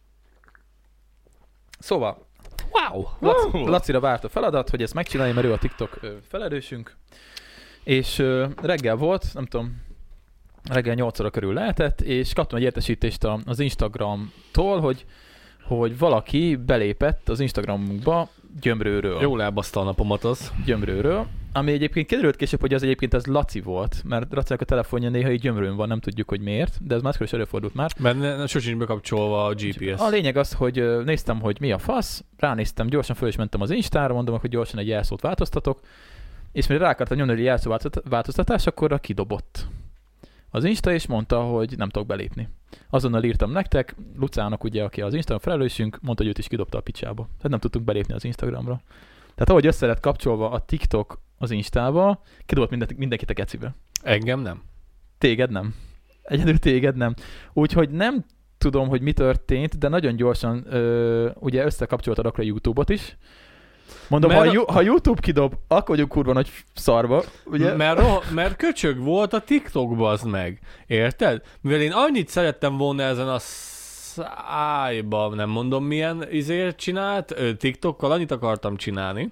Szóval, Wow! Laci, Lacira várt a feladat, hogy ezt megcsinálja, mert ő a TikTok ö, felelősünk. És ö, reggel volt, nem tudom, reggel nyolc óra körül lehetett, és kaptam egy értesítést az Instagramtól, hogy, hogy valaki belépett az Instagramunkba Gyömrőről. Jól elbaszta a napomat az. Gyömrőről, ami egyébként kiderült később, hogy az egyébként az Laci volt, mert Lacinak a telefonja néha így Gyömrőn van, nem tudjuk, hogy miért, de ez máskor is előfordult már. Mert ne, ne, sosincs bekapcsolva a gé pé es. A lényeg az, hogy ö, néztem, hogy mi a fasz, ránéztem, gyorsan föl is mentem az Instára, mondom, hogy gyorsan egy jelszót változtatok, és mire rá akartam nyomni, hogy jelszó változtatás, akkor kidobott az Insta, és mondta, hogy nem tudok belépni. Azonnal írtam nektek, Lucának ugye, aki az Instagram felelősünk, mondta, hogy őt is kidobta a picsába. Tehát nem tudtunk belépni az Instagramra. Tehát ahogy össze lett kapcsolva a TikTok az Instába, kidobott mindenki, mindenkit a gecibe. Engem nem. Téged nem. Egyedül téged nem. Úgyhogy nem tudom, hogy mi történt, de nagyon gyorsan ö, ugye összekapcsoltad akkor a YouTube-ot is. Mondom, Mert ha, a- ju- ha YouTube kidob, akkor vagyunk kurva nagy szarba, ugye? Mert, roh- mert köcsög volt a TikTok, bazd meg. Érted? Mivel én annyit szerettem volna ezen a szájban, nem mondom milyen izért csinált, ö, TikTokkal annyit akartam csinálni,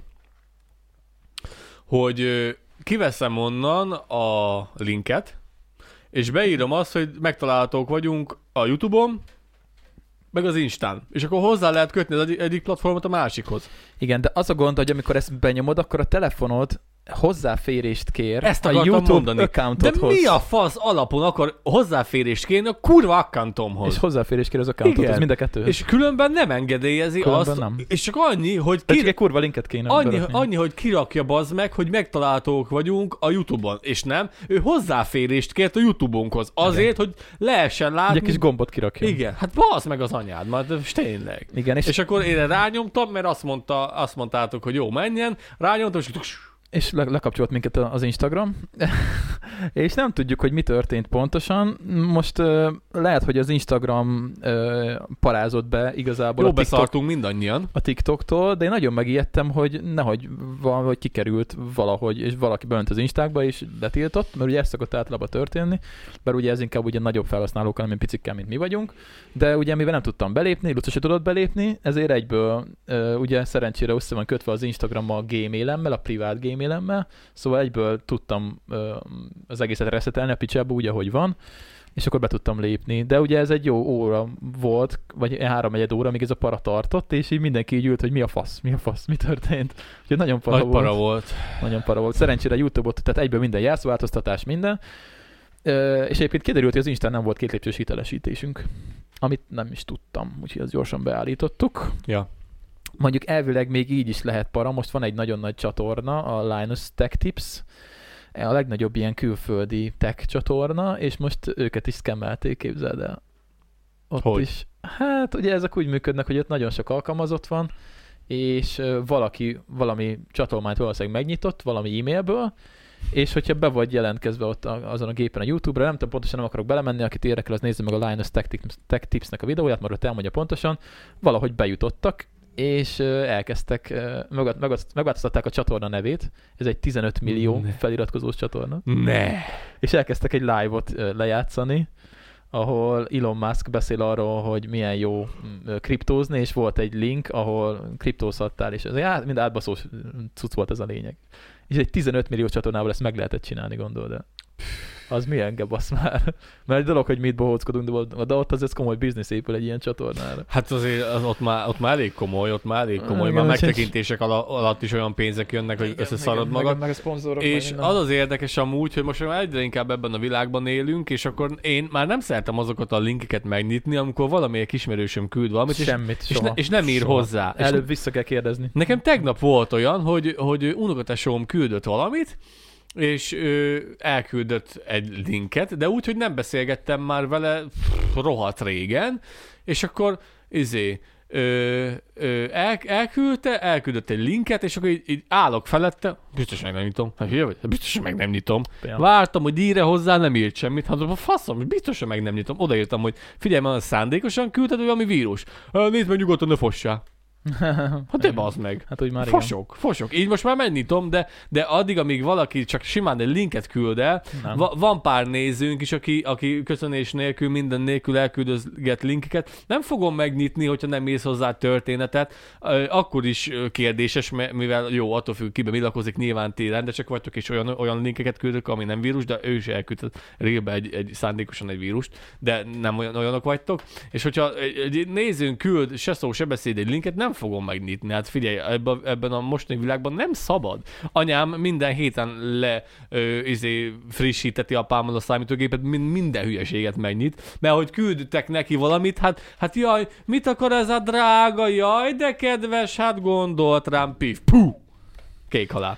hogy ö, kiveszem onnan a linket, és beírom azt, hogy megtalálhatók vagyunk a YouTube-on, meg az Instán. És akkor hozzá lehet kötni az egyik platformot a másikhoz. Igen, de az a gond, hogy amikor ezt benyomod, akkor a telefonod hozzáférést kér Ezt a akartam YouTube mondani. De accountodhoz. mi a fasz alapon akar hozzáférést kérni a kurva accountomhoz? És hozzáférést kér az accountodhoz, Igen. mind a kettőhöz. És különben nem engedélyezi Különben azt, nem. és csak annyi, hogy, De csak kir... egy kurva linket kéne annyi, berakni. annyi, hogy kirakja bazd meg, hogy megtalálhatók vagyunk a YouTube-on, és nem, ő hozzáférést kért a YouTube-unkhoz, azért, hogy lehessen látni. Egy kis gombot kirakja. Igen, hát bazd meg az anyád, már és tényleg. Igen, és, És akkor én rányomtam, mert azt, mondta, azt mondtátok, hogy jó, menjen, rányomtam, és és le- lekapcsolt minket a- az Instagram, és nem tudjuk, hogy mi történt pontosan. Most uh, lehet, hogy az Instagram uh, parázott be igazából jó a, TikTok, beszartunk mindannyian. a TikToktól, de én nagyon megijedtem, hogy nehogy valahogy kikerült valahogy, és valaki bement az Instákba, és betiltott, mert ugye ez szokott általában történni, mert ugye ez inkább ugye nagyobb felhasználókkal, mint picikkel, mint mi vagyunk, de ugye mivel nem tudtam belépni, Luca se tudott belépni, ezért egyből uh, ugye szerencsére össze van kötve az Instagram a Gmailemmel, a privát Gmailemmel, szóval egyből tudtam uh, az egészet reszetelni a picsába úgy, ahogy van, és akkor be tudtam lépni. De ugye ez egy jó óra volt, vagy három egyed óra, amíg ez a para tartott, és így mindenki így ült, hogy mi a fasz, mi a fasz, mi történt. Úgyhogy nagyon para Nagy volt. para volt. Nagyon para volt. Szerencsére YouTube-ot, tehát egyből minden jelszóváltoztatás, minden. Ö, és egyébként kiderült, hogy az Instán nem volt két lépcsős hitelesítésünk, amit nem is tudtam, úgyhogy azt gyorsan beállítottuk. Ja. Mondjuk elvileg még így is lehet para, most van egy nagyon nagy csatorna, a Linus Tech Tips, a legnagyobb ilyen külföldi tech csatorna, és most őket is szkemmelték, képzeld el. Ott Hogy? is. Hát ugye ezek úgy működnek, hogy ott nagyon sok alkalmazott van, és ö, valaki valami csatolmányt valószínűleg megnyitott, valami e-mailből, és hogyha be vagy jelentkezve ott a, azon a gépen a YouTube-ra, nem tudom, pontosan nem akarok belemenni, akit érdekel, az nézze meg a Linus Tech, Tech Tips-nek a videóját, mert ott elmondja pontosan, valahogy bejutottak, és ö, elkezdtek, ö, megvá- megvá- megváltoztatták a csatorna nevét, ez egy tizenöt millió Ne. feliratkozós csatorna, Ne! és elkezdtek egy live-ot ö, lejátszani, ahol Elon Musk beszél arról, hogy milyen jó ö, kriptózni, és volt egy link, ahol kriptózhattál, és ez át, mind átbaszós cucc volt ez a lényeg. És egy tizenöt millió csatornával ezt meg lehetett csinálni, gondolod el. Az milyen gebasz már. Mert egy dolog, hogy mit bohóckodunk, de ott az ez komoly biznisz épül egy ilyen csatornára. Hát azért az ott, már, ott már elég komoly, ott már elég komoly, Igen, már és megtekintések ala- alatt is olyan pénzek jönnek, hogy összeszarod magad. Meg, meg a szponzorok. És meg az az érdekes amúgy, hogy most már egyre inkább ebben a világban élünk, és akkor én már nem szeretem azokat a linkeket megnyitni, amikor valamelyik ismerősöm küld valamit, és, Semmit, és, soha. ne, és nem ír soha. hozzá. És Előbb vissza kell kérdezni. nekem tegnap volt olyan, hogy, hogy unokatesóm küldött valamit, és ö, elküldött egy linket, de úgy, hogy nem beszélgettem már vele pff, rohadt régen, és akkor izé, ö, ö, el, elküldte, elküldött egy linket, és akkor így, így állok felette, biztos meg nem nyitom, hát hülye vagy? Biztos meg nem nyitom. Ja. Vártam, hogy ír hozzá, nem írt semmit, hát a faszom, biztos meg nem nyitom. Odaírtam, hogy figyelj, már szándékosan küldted, hogy valami vírus. Nézd meg nyugodtan, ne fossál. Hát de bazd meg. Hát úgy már igen. Fosok, fosok. Így most már megnyitom, de, de addig, amíg valaki csak simán egy linket küld el, va, van pár nézőnk is, aki, aki köszönés nélkül, minden nélkül elküldözget linkeket. Nem fogom megnyitni, hogyha nem írsz hozzá történetet. Akkor is kérdéses, mivel jó, attól függ, kibe mi lakozik, nyilván ti rendesek vagytok, és olyan, olyan linkeket küldök, ami nem vírus, de ő is elküldött régebben egy, egy, szándékosan egy vírust, de nem olyan, olyanok vagytok. És hogyha egy nézőnk küld se szó, se beszéd egy linket, nem fogom megnyitni. Hát figyelj, ebben, ebben a mostani világban nem szabad. Anyám minden héten le ö, izé, frissíteti apámmal a számítógépet, minden hülyeséget megnyit, mert hogy küldtek neki valamit, hát, hát jaj, mit akar ez a drága, jaj, de kedves, hát gondolt rám, pif, puh, kék halál.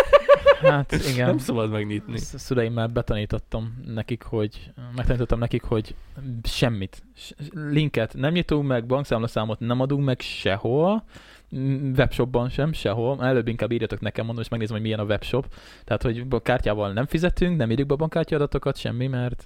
Hát igen. Nem szabad megnyitni. A szüleimmel betanítottam nekik, hogy megtanítottam nekik, hogy semmit. Linket nem nyitunk meg, bankszámlaszámot nem adunk meg sehol, webshopban sem, sehol. Előbb inkább írjatok nekem, mondom, és megnézem, hogy milyen a webshop. Tehát, hogy kártyával nem fizetünk, nem írjuk be a bankkártya adatokat, semmi, mert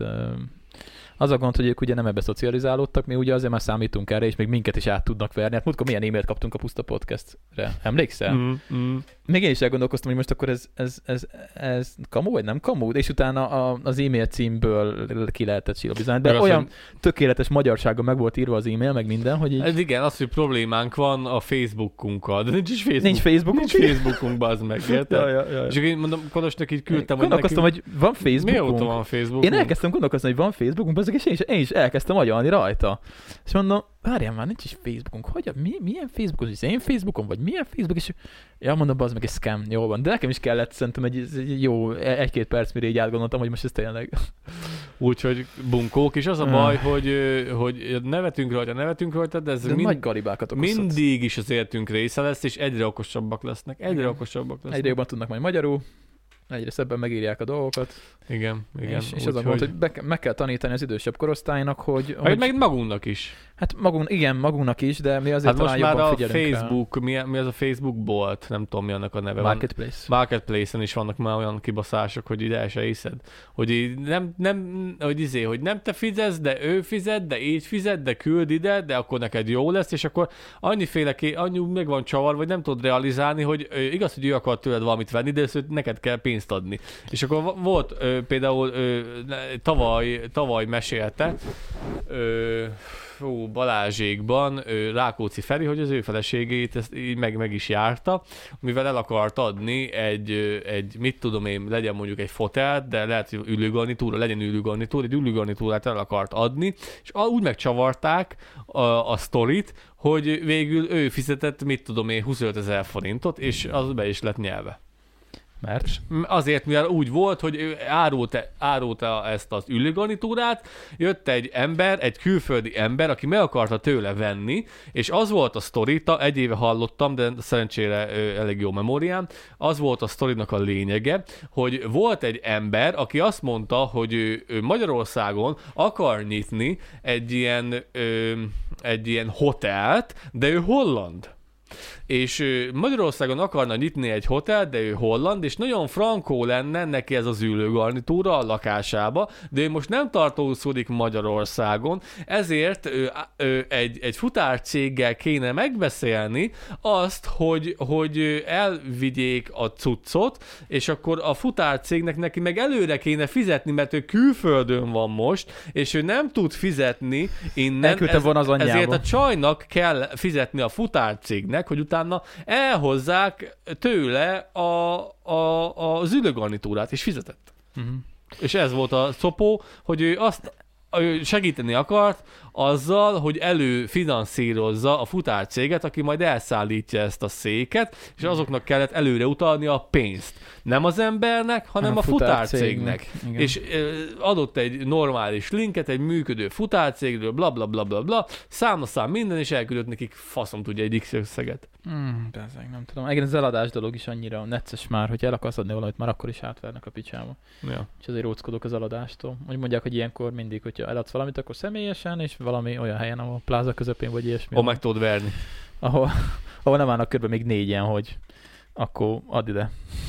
az a gond, hogy ők ugye nem ebbe szocializálódtak, mi ugye azért már számítunk erre, és még minket is át tudnak verni. Hát múltkor milyen e-mailt kaptunk a Puszta Podcastre? Emlékszel? Mm, mm. Még én is elgondolkoztam, hogy most akkor ez, ez, ez, ez kamu, vagy nem kamu? És utána a, az e-mail címből ki lehetett silabizálni. De meg olyan azt, hogy... tökéletes magyarsága meg volt írva az e-mail, meg minden, hogy így... Ez igen, az, hogy problémánk van a Facebookunkkal, de nincs is Facebook. Nincs Facebookunk? Nincs Facebookunk, bazd meg, érted? Ja, ja, ja, ja. És akkor én mondom, Kodosnak így küldtem, hogy Gondolkoztam, neki... hogy van Facebookunk. Mióta van Facebookunk? Én elkezdtem gondolkozni, hogy van Facebookunk, bazdmeg, és én is, én is elkezdtem agyalni rajta. És mondom, várjál már, nincs is Facebookunk. Hogy, mi, milyen Facebookon? Az én Facebookom? Vagy milyen Facebook? És ja, mondom, az meg egy scam. Jó van. De nekem is kellett szerintem egy, egy jó egy-két perc, mire így átgondoltam, hogy most ez tényleg... Úgyhogy bunkók, és az a baj, hogy, hogy nevetünk rajta, nevetünk rajta, de ez de mind, nagy garibákat okozhat. mindig is az életünk része lesz, és egyre okosabbak lesznek. Egyre igen. okosabbak lesznek. Egyre jobban tudnak majd magyarul, egyre szebben megírják a dolgokat. Igen, igen. És, és az a gond, hogy be, meg kell tanítani az idősebb korosztálynak, hogy... Meg, hogy meg magunknak is. Hát magunk, igen, magunknak is, de mi azért hát talán most már jobban a Facebook, mi, mi az a Facebook bolt? Nem tudom, mi annak a neve. Marketplace. Van. Marketplace-en is vannak már olyan kibaszások, hogy ide el se hiszed. Hogy így nem, nem, hogy izé, hogy nem te fizetsz, de ő fizet, de így fizet, de küld ide, de akkor neked jó lesz, és akkor annyiféle, annyi meg van csavar, vagy nem tudod realizálni, hogy igaz, hogy ő akar tőled valamit venni, de ezt neked kell pénzt adni. És akkor volt ö, például ö, tavaly, tavaly mesélte ö, fú, Balázsékban ö, Rákóczi Feri, hogy az ő feleségét ezt így meg, meg is járta, mivel el akart adni egy, egy, mit tudom én, legyen mondjuk egy fotelt, de lehet, hogy ülőgarnitúra, legyen ülőgarnitúra, egy ülőgarnitúrát el akart adni, és úgy megcsavarták a, a sztorit, hogy végül ő fizetett, mit tudom én, huszonöt ezer forintot, és az be is lett nyelve. Mert? Azért, mivel úgy volt, hogy ő árulta, árulta ezt az ülőgarnitúrát, jött egy ember, egy külföldi ember, aki meg akarta tőle venni, és az volt a sztori, egy éve hallottam, de szerencsére elég jó memóriám, az volt a sztorinak a lényege, hogy volt egy ember, aki azt mondta, hogy ő, ő Magyarországon akar nyitni egy ilyen, ö, egy ilyen hotelt, de ő holland. és Magyarországon akarna nyitni egy hotel, de ő holland, és nagyon frankó lenne neki ez az ülőgarnitúra a lakásába, de ő most nem tartózkodik Magyarországon, ezért ő, ő, egy, egy futárcéggel kéne megbeszélni azt, hogy, hogy elvigyék a cuccot, és akkor a futárcégnek neki meg előre kéne fizetni, mert ő külföldön van most, és ő nem tud fizetni innen, ez, az ezért a csajnak kell fizetni a futárcégnek, hogy utána elhozzák tőle a, a, az ülőgarnitúrát, és fizetett. Uh-huh. És ez volt a szopó, hogy ő azt ő segíteni akart azzal, hogy előfinanszírozza a futárcéget, aki majd elszállítja ezt a széket, és azoknak kellett előre utalni a pénzt. Nem az embernek, hanem a, a futárcégnek. És adott egy normális linket, egy működő futárcégről, bla bla bla bla bla, számlaszám minden, és elküldött nekik faszom tudja egy X összeget. Hmm, bezeg, nem tudom. Igen, az eladás dolog is annyira necces már, hogy el akarsz adni valamit, már akkor is átvernek a picsába. Ja. És azért róckodok az eladástól. Úgy mondják, hogy ilyenkor mindig, hogyha eladsz valamit, akkor személyesen, és valami olyan helyen, ahol pláza közepén vagy ilyesmi. Ahol meg tudod verni. Ahol, ahol nem állnak körbe még négyen, hogy akkor add ide.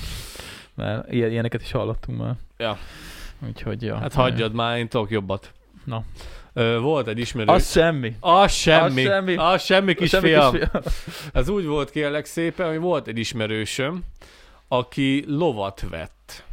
Mert ilyeneket is hallottunk már. Ja. Úgyhogy, ja. Hát hagyjad már, én tudok jobbat. Na. Ö, volt egy ismerős. Az semmi. Az semmi. Az semmi, az semmi kisfiam. Ez úgy volt kérlek szépen, hogy volt egy ismerősöm, aki lovat vett.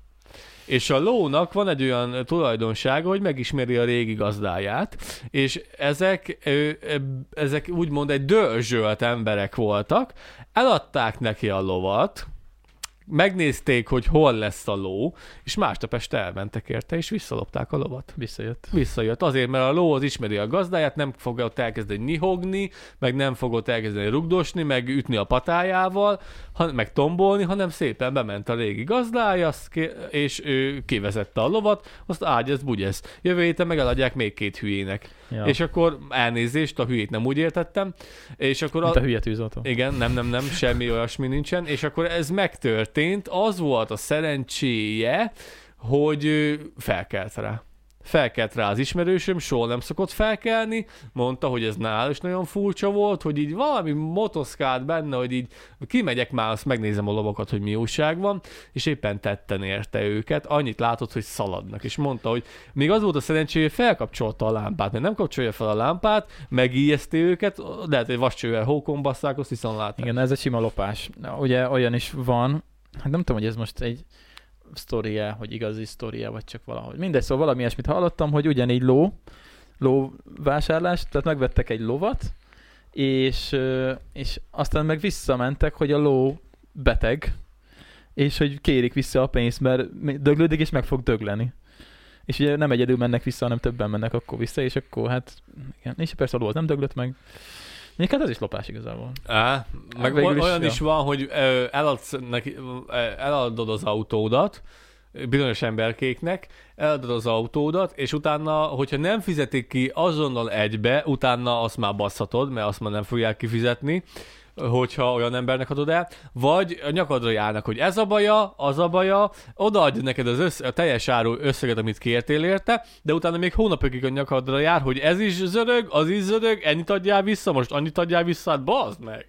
És a lónak van egy olyan tulajdonsága, hogy megismeri a régi gazdáját, és ezek, ezek úgymond egy dörzsölt emberek voltak, eladták neki a lovat, megnézték, hogy hol lesz a ló, és másnap este elmentek érte, és visszalopták a lovat. Visszajött. Visszajött. Azért, mert a ló az ismeri a gazdáját, nem fog ott elkezdeni nyihogni, meg nem fog ott elkezdeni rugdosni, meg ütni a patájával, meg tombolni, hanem szépen bement a régi gazdája, és ő kivezette a lovat, azt ágyez, bugyez. Jövő héten meg eladják még két hülyének. Ja. És akkor elnézést, a hülyét nem úgy értettem. És akkor a... a hülye tűzoltó. Igen, nem, nem, nem, semmi olyasmi nincsen. És akkor ez megtörtént, az volt a szerencséje, hogy felkelt rá. Felkelt rá az ismerősöm, soha nem szokott felkelni, mondta, hogy ez nála is nagyon furcsa volt, hogy így valami motoszkált benne, hogy így kimegyek már, azt megnézem a lovakat, hogy mi újság van, és éppen tetten érte őket, annyit látott, hogy szaladnak, és mondta, hogy még az volt a szerencsé, hogy felkapcsolta a lámpát, mert nem kapcsolja fel a lámpát, megijeszti őket, lehet, hogy vascsővel hókon basszák, azt viszont látják. Igen, ez egy sima lopás. Ugye olyan is van, hát nem tudom, hogy ez most egy sztoria, hogy igazi sztoria, vagy csak valahogy. Mindegy, szóval valami ilyesmit hallottam, hogy ugyanígy ló, ló vásárlás, tehát megvettek egy lovat, és, és aztán meg visszamentek, hogy a ló beteg, és hogy kérik vissza a pénzt, mert döglődik, és meg fog dögleni. És ugye nem egyedül mennek vissza, hanem többen mennek akkor vissza, és akkor hát, igen. És persze a ló az nem döglött meg. Még hát ez is lopás igazából. Á, meg hát olyan is, is van, hogy eladsz neki, eladod az autódat, bizonyos emberkéknek, eladod az autódat, és utána, hogyha nem fizetik ki azonnal egybe, utána azt már basszhatod, mert azt már nem fogják kifizetni, hogyha olyan embernek adod el, vagy a nyakadra járnak, hogy ez a baja, az a baja, odaadja neked az össze, a teljes áru összeget, amit kértél érte, de utána még hónapokig a nyakadra jár, hogy ez is zörög, az is zörög, ennyit adjál vissza, most annyit adjál vissza, hát bazd meg!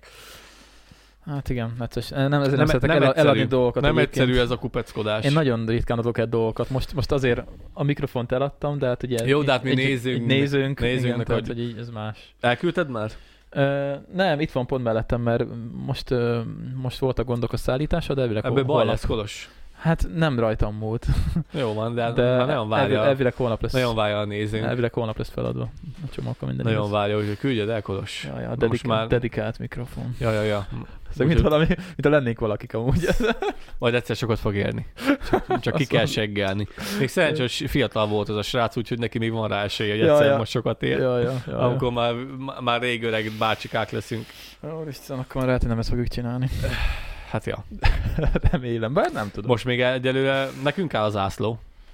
Hát igen, necces. Nem, ezért nem, nem szeretek el, egyszerű, eladni dolgokat. Nem egyébként. Egyszerű ez a kupeckodás. Én nagyon ritkán adok el dolgokat. Most, most azért a mikrofont eladtam, de hát ugye... Jó, de hát mi egy, nézünk. Egy nézünk, nézünk igen, tehát, hogy így ez más. Elküldted már? Uh, nem, itt van pont mellettem, mert most, uh, most voltak gondok a szállítása, de elvileg ebből baj lesz, Kolos. Hát nem rajtam múlt. Jó van, de, de már nagyon várja. Elvileg holnap lesz. Nagyon várja a nézőnk. Elvileg holnap lesz feladva a csomagkal minden. Nagyon igaz. várja, hogy küldjed el, Kolos. Ja, ja, dedika- már... dedikált mikrofon. Ja, ja, ja. Ez mint valami, mint a lennénk valakik amúgy. Majd egyszer sokat fog érni. Csak, csak ki kell seggelni. Még szerencsé, hogy fiatal volt az a srác, úgyhogy neki még van rá esélye, hogy egyszer ja, ja. most sokat ér. Ja, ja, ja, amikor ja. már, már rég öreg bácsikák leszünk. Úristen, akkor már lehet, hogy nem ezt fogjuk csinálni. Hát ja. Remélem, bár nem tudom. Most még egyelőre nekünk áll a zászló.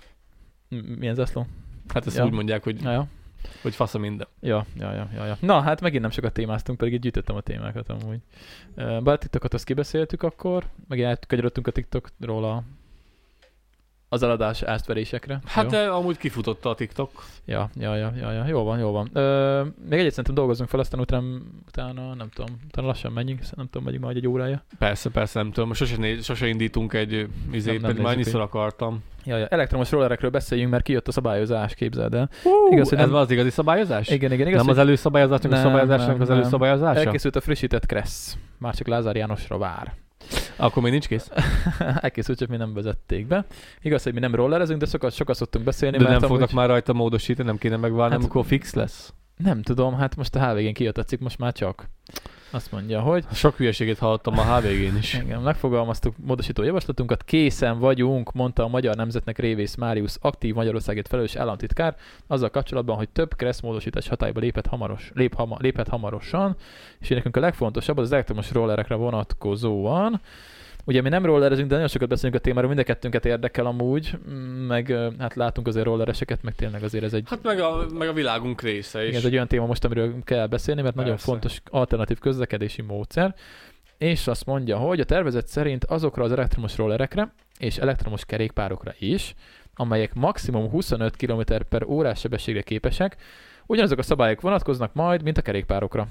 Milyen zászló? Hát ezt ja. úgy mondják, hogy, ja, ja. hogy fasz a minden. Ja, ja, ja, ja, ja. Na, hát megint nem sokat témáztunk, pedig itt gyűjtöttem a témákat amúgy. Bár a TikTokot azt kibeszéltük akkor, meg elkanyarodtunk a TikTokról a az eladás átverésekre. Hát jó? de amúgy kifutotta a TikTok. Ja, ja, ja, ja, ja. Jó van, jó van. Ö, még egyet szerintem dolgozunk fel, aztán utána, utána nem tudom, utána lassan menjünk, nem tudom, megyünk majd egy órája. Persze, persze, nem tudom. Sose, né- sose indítunk egy izét, pedig már annyiszor akartam. Ja, ja. Elektromos rollerekről beszéljünk, mert kijött a szabályozás, képzeld el. Uh, igaz, hogy ez nem... van az igazi szabályozás? Igen, igen, igaz, nem az előszabályozásnak a szabályozásnak az előszabályozása? Elkészült a frissített Kressz. Már csak Lázár Jánosra vár. Akkor még nincs kész? Elkészült, csak mi nem vezették be. Igaz, hogy mi nem rollerezünk, de sokat, sokat szoktunk beszélni. De mert nem fognak amúgy... már rajta módosítani, nem kéne megvárni, hát, amikor fix lesz? Nem tudom, hát most a há vé gén kijött a cikk, most már csak. Azt mondja, hogy... Sok hülyeségét hallottam a há vé gén is. Igen, megfogalmaztuk módosító javaslatunkat, készen vagyunk, mondta a Magyar Nemzetnek Révész Máriusz, aktív Magyarországért felelős államtitkár, azzal kapcsolatban, hogy több Kressz módosítás hatályba léphet, hamaros, lép, hama, léphet hamarosan, és nekünk a legfontosabb az, az elektromos rollerekre vonatkozóan. Ugye mi nem rollerezünk, de nagyon sokat beszélünk a témáról, mind a kettőnket érdekel amúgy, meg hát látunk azért rollereseket, meg tényleg azért ez egy... Hát meg a, meg a világunk része is. Igen, ez egy olyan téma most, amiről kell beszélni, mert Persze. nagyon fontos alternatív közlekedési módszer. És azt mondja, hogy a tervezet szerint azokra az elektromos rollerekre és elektromos kerékpárokra is, amelyek maximum huszonöt kilométer per órás sebességre képesek, ugyanazok a szabályok vonatkoznak majd, mint a kerékpárokra.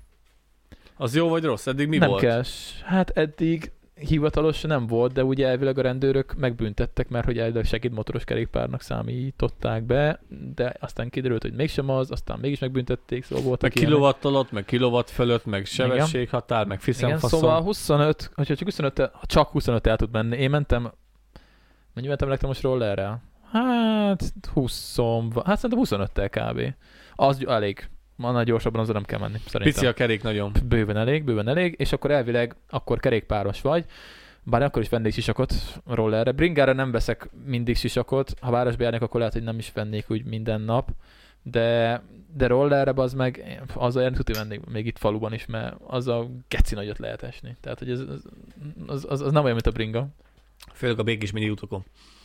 Az jó vagy rossz? Eddig mi nem volt? Kell. Hát eddig hivatalos nem volt, de ugye elvileg a rendőrök megbüntettek, mert hogy elvileg segédmotoros kerékpárnak számították be, de aztán kiderült, hogy mégsem az, aztán mégis megbüntették, szóval voltak meg kilowatt alatt, meg kilowatt fölött, meg sebességhatár, meg fiszemfaszon. Szóval huszonöt, hogyha csak huszonöt, csak huszonöt el tud menni. Én mentem, mennyi mentem elektromos rollerrel? Hát húsz, hát szerintem huszonöttel kb. Az elég. Annál gyorsabban azzal nem kell menni, szerintem. Pici a kerék nagyon. Bőven elég, bőven elég, és akkor elvileg akkor kerékpáros vagy, bár akkor is vennék sisakot rollerre. Bringára nem veszek mindig sisakot, ha városba járnék, akkor lehet, hogy nem is vennék úgy minden nap, de, de rollerre az meg, azzal járni tuti vennék még itt faluban is, mert az a geci nagyot lehet esni. Tehát, hogy ez, az, az, az nem olyan, mint a bringa. Főleg a békés mini utakon.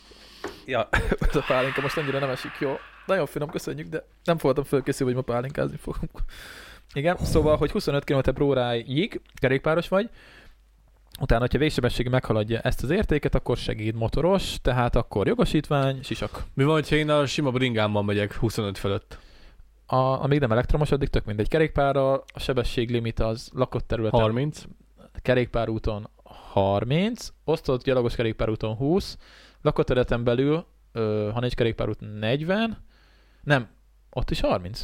Ja, ez a pálinka most annyira nem esik jó. Nagyon finom, köszönjük, de nem voltam fölkészülve, hogy ma pálinkázni fogunk. Igen, szóval, hogy huszonöt kilométer per óráig kerékpáros vagy, utána, hogyha végsebességi meghaladja ezt az értéket, akkor segédmotoros, tehát akkor jogosítvány, sisak. Mi van, ha én a sima bringámban megyek huszonöt fölött? A, amíg nem elektromos, addig tök mindegy kerékpárral, a sebességlimit az lakott területen. harminc. Kerékpárúton harminc, osztott gyalogos kerékpárúton húsz, lakott területen belül, ö, ha nincs kerékpárút negyven, nem, ott is harminc.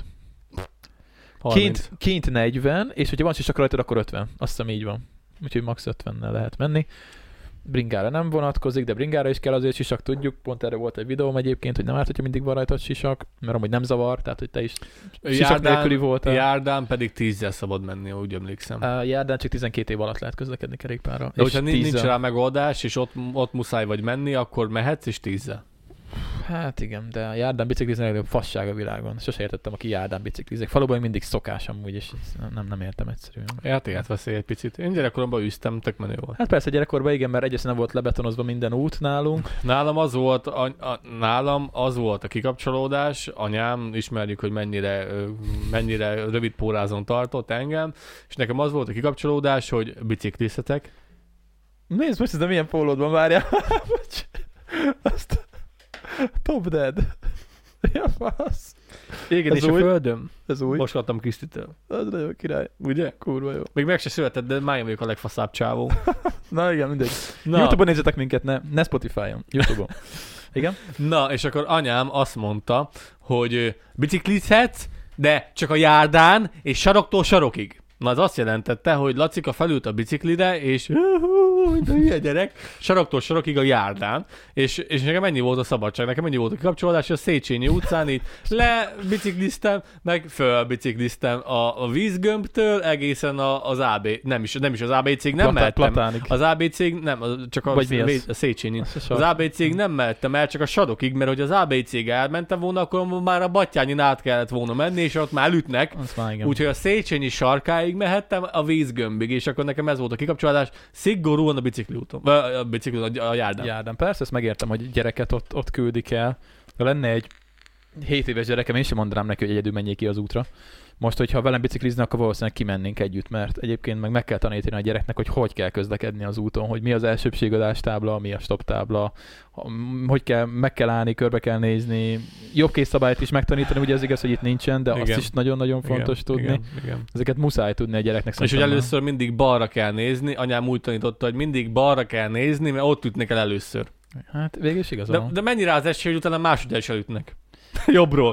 harminc. Kint, kint negyven, és hogyha van sisak rajtad, akkor ötven. Azt hiszem így van. Úgyhogy max ötvennel lehet menni. Bringára nem vonatkozik, de bringára is kell azért sisak, tudjuk. Pont erre volt egy videóm egyébként, hogy nem árt, hogyha mindig van rajtad sisak, mert amúgy nem zavar, tehát hogy te is sisak nélküli voltál. Járdán pedig tízzel szabad menni, úgy emlékszem. A Járdán csak tizenkét év alatt lehet közlekedni kerékpárral. De hogyha nincs tízzel... rá megoldás, és ott, ott muszáj vagy menni, akkor mehetsz és tízzel. Hát igen, de a Járdán biciklizni a legnagyobb fasság a világon. Sose értettem, aki Járdán biciklizik. Faluban mindig szokás amúgy, és nem, nem értem egyszerűen. Hát életveszély egy picit. Én gyerekkoromban üztem, tök menő volt. Hát persze gyerekkorban igen, mert egyszerűen nem volt lebetonozva minden út nálunk. Nálam az volt a, a, nálam az volt a kikapcsolódás, anyám, ismerjük, hogy mennyire, mennyire rövid pórázon tartott engem, és nekem az volt a kikapcsolódás, hogy biciklizhetek. Nézd, most ez a milyen pólódban várjál. Azt... Top Dead. Ja, fasz. Igen, ez és új? a földöm. Ez új. Most kaptam Krisztitől. Az nagyon király. Ugye? Kurva jó. Még meg se született, de már én vagyok a legfaszább csávó. Na igen, mindegy. Na. YouTube-on nézzetek minket, ne, ne Spotify-on. YouTube-on. Igen? Na, és akkor anyám azt mondta, hogy biciklizhetsz, de csak a járdán, és saroktól sarokig. Na, az azt jelentette, hogy Lacika felült a biciklire, és mint a hülye gyerek, saroktól sarokig a járdán, és, és nekem ennyi volt a szabadság, nekem ennyi volt a kikapcsolódás, a Széchenyi utcán így lebicikliztem, meg fölbicikliztem a, a vízgömbtől egészen a, az á bé, nem is, nem is az á bé cég, nem Platá, mehettem. Platánig. Az á bé cég, nem, csak a, a Széchenyi. Az á bé cég nem mehettem el, csak a sarokig, mert hogy az á bé cég elmentem volna, akkor már a Battyányin át kellett volna menni, és ott már ütnek. Úgyhogy a Széchenyi sarkáig mehettem a vízgömbig, és akkor nekem ez volt a kikapcsolódás, szigorúan a bicikliúton, a bicikliúton, a járdán. Járdán, persze, ezt megértem, hogy gyereket ott, ott küldik el. De lenne egy hét éves gyerekem, én sem mondanám neki, hogy egyedül menjék ki az útra. Most, hogyha velem biciklizne, akkor valószínűleg kimennénk együtt, mert egyébként meg meg kell tanítani a gyereknek, hogy hogy kell közlekedni az úton, hogy mi az elsőbségadás tábla, mi a stop tábla, hogy kell, meg kell állni, körbe kell nézni, jobbkészszabályt is megtanítani, ugye az igaz, hogy itt nincsen, de igen. Azt is nagyon-nagyon fontos igen, tudni. Igen, igen. Ezeket muszáj tudni a gyereknek. És hogy először mindig balra kell nézni, anyám úgy tanította, hogy mindig balra kell nézni, mert ott ütnek el először. Hát végül is igaz. De, de mennyire az esély, hogy utána másodjára is elütnek. Jobbról.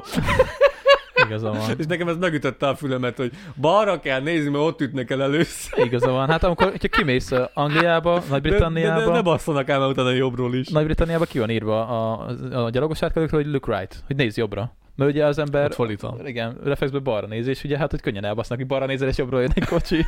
Igaza van. És nekem ez megütötte a fülemet, hogy balra kell nézni, mert ott ütnek el először. Igaza van. Hát amikor hogyha kimész Angliába, Nagy-Britanniába... De, de, de ne basszanak el, mert utána jobbról is. Nagy-Britanniába ki van írva a, a gyalogos átkelőkről, hogy look right, hogy nézz jobbra. Mert ugye az ember... Ott fordítva. Igen, reflexből balra néz, és ugye hát, hogy könnyen elbasznak, hogy balra nézel, és jobbról jön egy kocsi.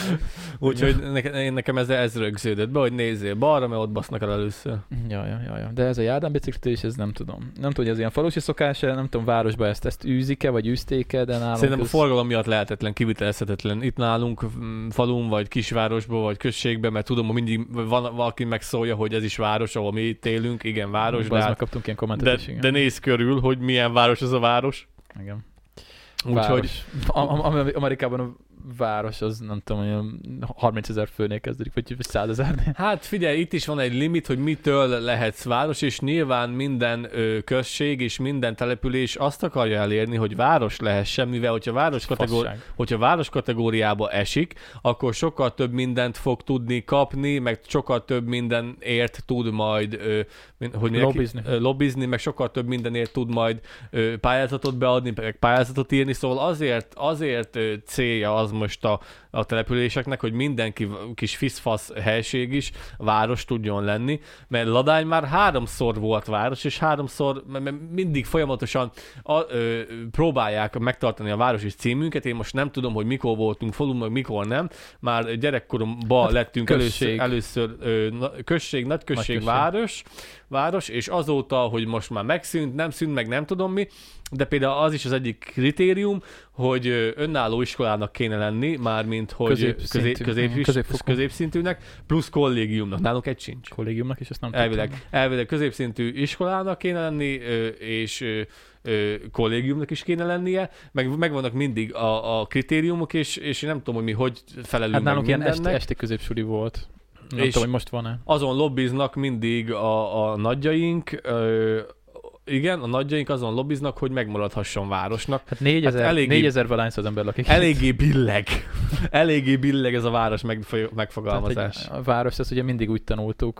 Úgyhogy nekem, nekem ez, ez rögződött be, hogy nézzél balra, mert ott basznak el először. Ja, ja, ja, ja. De ez a járdán biciklizés, ez nem tudom. Nem tudom, hogy ez ilyen falusi szokás, nem tudom, városban ezt, ezt űzik-e, vagy űzték-e, de nálunk... Szerintem ez... a forgalom miatt lehetetlen, kivitelezhetetlen. Itt nálunk falun, vagy kisvárosban, vagy községben, mert tudom, hogy mindig van valaki megszólja, hogy ez is város, ahol mi itt élünk. Igen, város, de, hát... kaptunk ilyen kommentet de, is, igen. De nézz körül, hogy milyen város ez a város. Igen. Úgyhogy... Amerikában a város az nem tudom, hogy harmincezer főnél kezdődik, vagy százezernél. Hát figyelj, itt is van egy limit, hogy mitől lehetsz város, és nyilván minden ö, község és minden település azt akarja elérni, hogy város lehessen, mivel hogyha város, kategóri... hogyha város kategóriába esik, akkor sokkal több mindent fog tudni kapni, meg sokkal több mindenért tud majd ö, hogy lobbizni. Ö, lobbizni, meg sokkal több mindenért tud majd ö, pályázatot beadni, meg pályázatot írni, szóval azért, azért ö, célja az most a, a településeknek, hogy mindenki kis fiszfasz helység is város tudjon lenni, mert Ladány már háromszor volt város, és háromszor mindig folyamatosan a, ö, próbálják megtartani a városi címünket. Én most nem tudom, hogy mikor voltunk falun, meg mikor nem. Már gyerekkoromban hát lettünk község. először, először ö, na, község, nagy község, nagy város, város, és azóta, hogy most már megszűnt, nem szűnt, meg nem tudom mi, de például az is az egyik kritérium, hogy önálló iskolának kéne lenni, mármint hogy középszintű, közép, közép, középszintűnek, plusz kollégiumnak. Nálunk egy sincs. Kollégiumnak is, ezt nem elvileg, tudtam. Elvileg középszintű iskolának kéne lenni, és kollégiumnak is kéne lennie, meg megvannak mindig a, a kritériumok, és, és én nem tudom, hogy mi hogy felelünk hát meg nálunk mindennek. Ilyen esti, esti középsuli volt. Nem és tudom, hogy most van-e. Azon lobbiznak mindig a, a nagyjaink, ö, igen, a nagyjaink azon lobbiznak, hogy megmaradhasson városnak. Hát négyezer, hát eléggé, négyezer valányszor az ember lakik. Eléggé billeg. Eléggé billeg ez a város megfogalmazás. Hát a város, ezt ugye mindig úgy tanultuk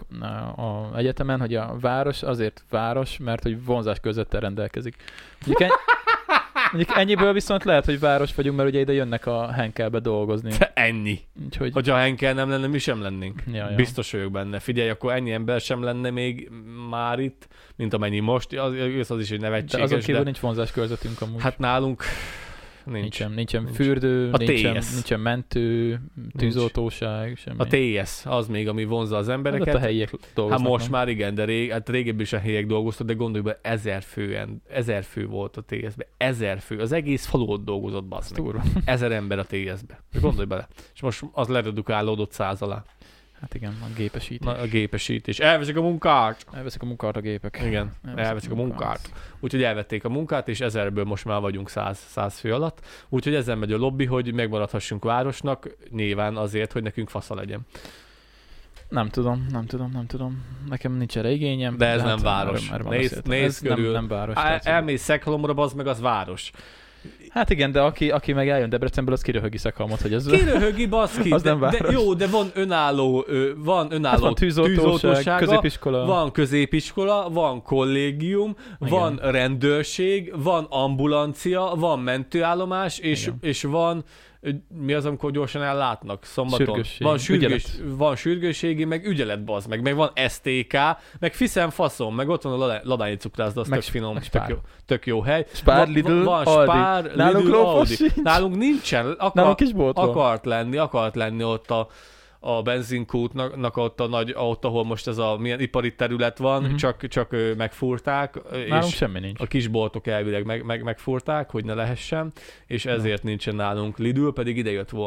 a egyetemen, hogy a város azért város, mert hogy vonzás közöttel rendelkezik. Mondjuk, en... Mondjuk ennyiből viszont lehet, hogy város vagyunk, mert ugye ide jönnek a Henkelbe dolgozni. Te ennyi. Úgyhogy... Hogyha a Henkel nem lenne, mi sem lennénk. Ja, ja. Biztos vagyok benne. Figyelj, akkor ennyi ember sem lenne még már itt, mint amennyi most. Az, az is egy nevetséges. De azon kívül de... nincs vonzás körzetünk amúgy. Hát nálunk nincs. Nincsen, nincsen nincs. Fürdő, nincsen, nincsen mentő, tűzoltóság, semmi. A té es az még, ami vonzza az embereket. Hát a helyiek dolgoznak. Hát most nem? már igen, de rég, hát régebben is a helyiek dolgoztak, de gondolj be, ezer fően, ezer fő volt a té es-be. Ezer fő. Az egész falu ott dolgozott, bassz meg. Ezer ember a té es-be. Gondolj bele. És most az leredukálódott száz alá. Hát igen, a gépesítés. Na, a gépesítés. Elveszik a munkát! Elveszik a munkát a gépek. Igen, elveszik, elveszik a munkát. munkát. Úgyhogy elvették a munkát, és ezerből most már vagyunk száz, száz fő alatt. Úgyhogy ezzel megy a lobby, hogy megmaradhassunk városnak, nyilván azért, hogy nekünk fasza legyen. Nem tudom, nem tudom, nem tudom. Nekem nincs erre igényem. De ez de nem hát város. Nézd néz körül. Nem, nem város. El, elmész Szekhalomra, az meg az város. Hát igen, de aki, aki meg eljön Debrecenből, az kiröhögi Szekhalmot, hogy ez... Kiröhögi, baszki, de, de jó, de van önálló, van önálló hát van tűzoltóság, középiskola. Van középiskola, van kollégium, igen. Van rendőrség, van ambulancia, van mentőállomás, és, és van... Mi az, amikor gyorsan ellátnak szombaton? Sürgősség. Van, sürgős, van sürgősségi, meg ügyelet, bazd meg, meg van es té ká, meg fiszem faszom, meg ott van a Ladányi cukrászda, az meg, tök finom, tök jó, tök jó hely. Spár, Lidl, van, Aldi. Spár, Lidl, Nálunk Audi. Nálunk nincsen. Akar, Nálunk is bolt van. Akart lenni, akart lenni ott a a benzinkútnak ott a nagy, ott, ahol most ez a milyen ipari terület van, mm-hmm. csak, csak megfúrták. Nálunk és semmi nincs. A kisboltok elvileg meg, meg, megfúrták, hogy ne lehessen, és ezért no. nincsen nálunk Lidl, pedig ide jött volna.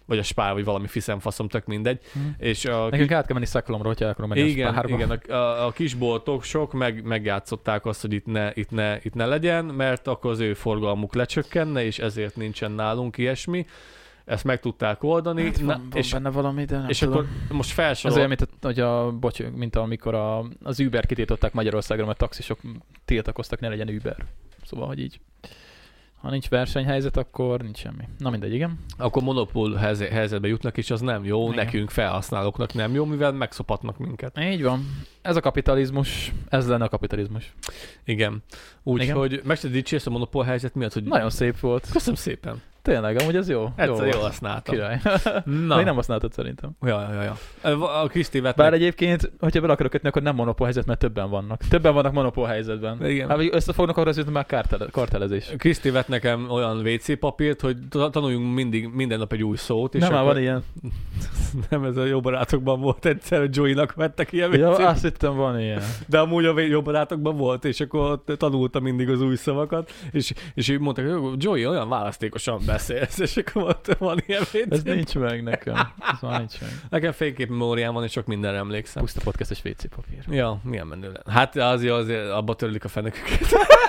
vagy a spár, vagy valami fiszemfaszom, tök mindegy. Hmm. És a Nekünk át kell menni szaklomra, hogyha el akarom menni igen, a spárba. igen, a, a, a kisboltok sok meg, megjátszották azt, hogy itt ne, itt, ne, itt ne legyen, mert akkor az ő forgalmuk lecsökkenne, és ezért nincsen nálunk ilyesmi. Ezt meg tudták oldani. Hát van, Na, van és benne valami, de nem és tudom. akkor most felsorol... Ez olyan, mint, a, hogy a, bocs, mint amikor a, az Uber kitiltották Magyarországra, mert taxisok tiltakoztak, ne legyen Uber. Szóval, hogy így, ha nincs versenyhelyzet, akkor nincs semmi. Na mindegy, igen. Akkor monopól helyzetbe jutnak, és az nem jó, igen. Nekünk felhasználóknak nem jó, mivel megszopatnak minket. Így van. Ez a kapitalizmus, ez lenne a kapitalizmus. Igen. Úgyhogy meg se dicsérsz a monopól helyzet miatt, hogy... Nagyon szép volt. Köszönöm szépen. Tényleg, amúgy ez jó. Egyszer jó jól használtam. Király. Na. Még nem használtad szerintem. Ja, ja, ja. A Kriszti vett Bár meg... egyébként, hogyha bele akarok kötni, akkor nem monopól helyzet, mert többen vannak. Többen vannak monopól helyzetben. Igen. Hát, hogy összefognak, akkor az már kártele, kartelezés. Kriszti vett nekem olyan vé cé papírt, hogy tanuljunk mindig, minden nap egy új szót. És Nem, akkor... már van ilyen. Nem, ez a Jó Barátokban volt egyszer, hogy Joey-nak vettek ilyen vé cé. Ja, azt hittem, van ilyen. De amúgy a Jó Barátokban volt, és akkor tanulta mindig az új szavakat, és, és így mondták, hogy Joey, olyan választékosan beszélsz, és akkor mondta, van ilyen vé cé. Ez nincs meg nekem. Ez már nincs meg. Nekem fénykép memóriám van, és sok mindenre emlékszem. Puszta podcastes vé cé papír. Ja, milyen menő lenne. Hát azért, azért abba törlik a feneküket.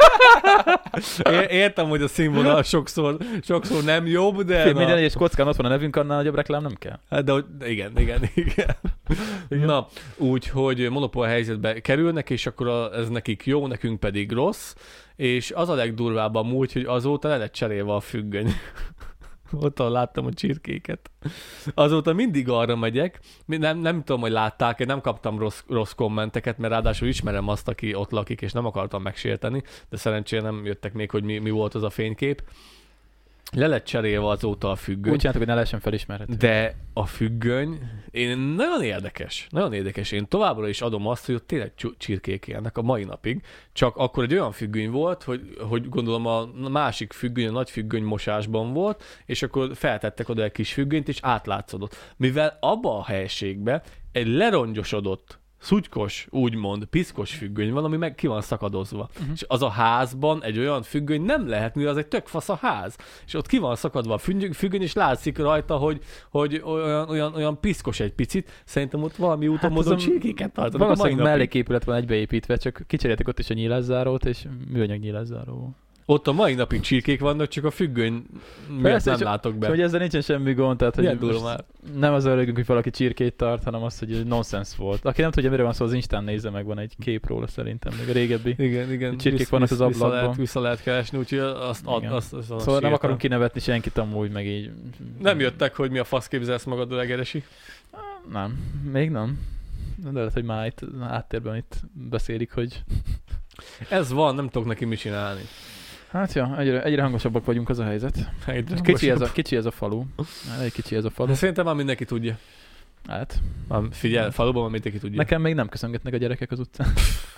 É- értem, hogy a színvonal sokszor, sokszor nem jobb, de... Fél minden egyes kockán ott van a nevünk, annál nagyobb reklám nem kell. Hát de hogy, igen, igen, igen. Igen. Na, úgyhogy monopól helyzetbe kerülnek, és akkor a, ez nekik jó, nekünk pedig rossz, és az a legdurvább amúgy, hogy azóta le lett cserélve a függöny. Ott láttam a csirkéket. Azóta mindig arra megyek, nem, nem tudom, hogy látták, én nem kaptam rossz, rossz kommenteket, mert ráadásul ismerem azt, aki ott lakik, és nem akartam megsérteni, de szerencsére nem jöttek még, hogy mi, mi volt az a fénykép. Le lett cserélve azóta a függöny. Úgy csináltak, hogy ne lehessen felismerhető. De a függöny, én nagyon érdekes, nagyon érdekes. Én továbbra is adom azt, hogy ott tényleg csirkék élnek a mai napig, csak akkor egy olyan függöny volt, hogy, hogy gondolom a másik függöny, a nagy függöny mosásban volt, és akkor feltettek oda egy kis függönyt, és átlátszódott. Mivel abba a helységbe egy lerongyosodott, szutykos, úgymond, piszkos függöny van, ami meg ki van szakadozva. Uh-huh. És az a házban egy olyan függöny nem lehet, mivel az egy tök fasz a ház. És ott ki van szakadva a függöny, és látszik rajta, hogy, hogy olyan, olyan, olyan piszkos egy picit. Szerintem ott valami úton hát módon csirkéket tartanak. Valószínűleg melléképület van egybeépítve, csak kicseréltek ott is a nyílászárót, és műanyag nyílászáró. Ott a mai napig csirkék vannak, csak a függöny miatt nem csak, látok be. Hogy ezzel nincsen semmi gond, tehát hogy már. Nem az örülünk, hogy valaki csirkét tart, hanem az, hogy nonsens volt. Aki nem tudja, mire van szó, az Instán nézze meg, van egy kép róla szerintem, még a régebbi. Igen, igen. Csirkék visz, vannak visz, az vissza ablakban. lehet, vissza lehet keresni, úgyhogy azt, ad, azt, azt, azt szóval nem akarunk kinevetni senkit amúgy, meg így. Nem jöttek, hogy mi a fasz képzelsz magad a legeresi? Nem, még nem. De lehet, hogy már itt áttérben itt beszélik, hogy... Ez van, nem tudok neki mit csinálni. Hát ja, egyre, egyre hangosabbak vagyunk, az a helyzet. Egyre kicsi, ez a, kicsi ez a falu. Egy kicsi ez a falu. De szerintem már mindenki tudja. Hát. Már figyelj, faluban már mindenki tudja. Nekem még nem köszöngetnek a gyerekek az utcán.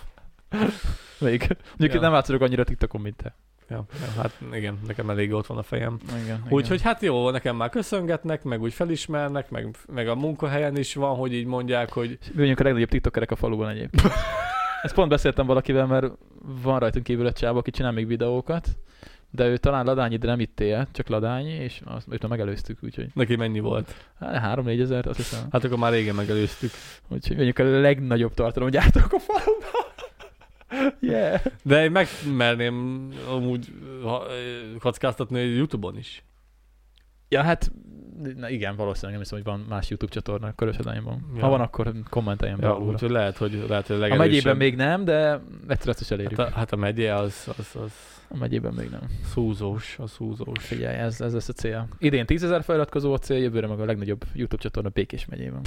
még. Mondjuk Ja. nem látszolok annyira TikTokon, mint te. Ja, ja, hát igen, nekem elég ott van a fejem. Igen, Úgyhogy hát jó, nekem már köszöngetnek, meg úgy felismernek, meg, meg a munkahelyen is van, hogy így mondják, hogy... Mi vagyunk a legnagyobb tiktokerek a faluban egyébként. Ezt pont beszéltem valakivel, mert van rajtunk kívül egy csába, aki csinál még videókat, de ő talán ladányi, de nem itt él, csak ladányi, és azt őt már megelőztük, úgyhogy... Neki mennyi volt? Hát három-négy ezer, azt hiszem. Hát akkor már régen megelőztük. Úgyhogy mondjuk a legnagyobb tartalomgyártók a faluban. Yeah. De én megmerném amúgy ha, kockáztatni a YouTube-on is. Ja, hát na igen, valószínűleg nem hiszem, hogy van más YouTube csatorna Körös-Ladányban. Ja. Ha van, akkor kommenteljen be Ja, alulra. úgyhogy lehet, hogy lehet, hogy a A legerősebb. megyében még nem, de egyszer ezt is elérjük. Hát a, hát a megye az, az, az A megyében még nem. szúzós, a szúzós. Figyelj, ez, ez lesz a cél. Idén tízezer feliratkozó a cél, jövőre meg a legnagyobb YouTube csatorna Békés megyében.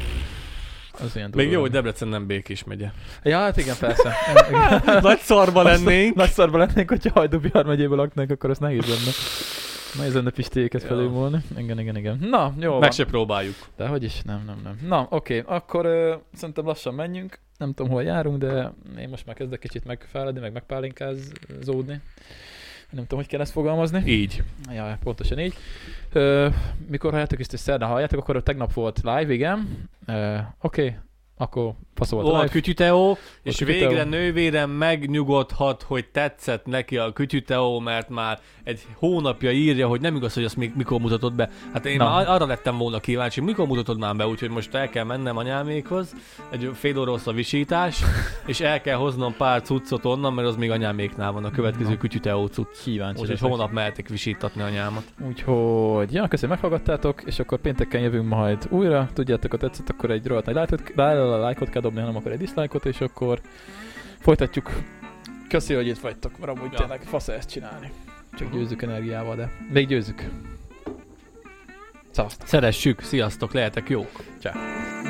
Az ilyen Még durva. jó, hogy Debrecen nem Békés megye. Ja, hát igen, persze. Nagy szarba lennénk. Nagy szarba lennénk, hogyha Hajdú-Bihar megyéből laknánk, akkor az nehéz lenne. Nehéz lenne Pistéket Ja. felülmúlni. Igen, igen, igen. Na, jó Meg van. se próbáljuk. De hogy is? Nem, nem, nem. Na, oké, okay. akkor uh, szerintem lassan menjünk. Nem tudom, hol járunk, de én most már kezdek kicsit megfáradni, meg megpálinkázódni. Nem tudom, hogy kell ezt fogalmazni. Így. Ja, pontosan így. Uh, mikor halljátok ezt, és szerdán halljátok, akkor tegnap volt live, igen. Uh, oké. Okay. akkor faszolt Ó, a a live. Kütyüteó, és Kütyüteó. végre nővérem megnyugodhat, hogy tetszett neki a Kütyüteó, mert már egy hónapja írja, hogy nem igaz, hogy azt még mikor mutatod be. Hát én Na. már arra lettem volna kíváncsi, mikor mutatod már be, úgyhogy most el kell mennem anyámékhoz, egy fél óra a visítás, és el kell hoznom pár cuccot onnan, mert az még anyáméknál van a következő Kütyüteó cucc. Kíváncsi Úgyhogy leszek. hónap mehetek visítatni anyámat. Úgyhogy, ja, köszönöm, meghallgattátok, és akkor pénteken jövünk majd újra. Tudjátok, ha tetszett, akkor egy rohadt nagy lájkot, lájkot kell dobni, hanem akkor egy diszlájkot, és akkor folytatjuk. Köszi, hogy itt vagytok, mert amúgy Ja. tényleg fasz ezt csinálni. Csak győzzük energiával, de még győzzük. Szavaztok. Szeressük, sziasztok, lehetek jók! Ciao.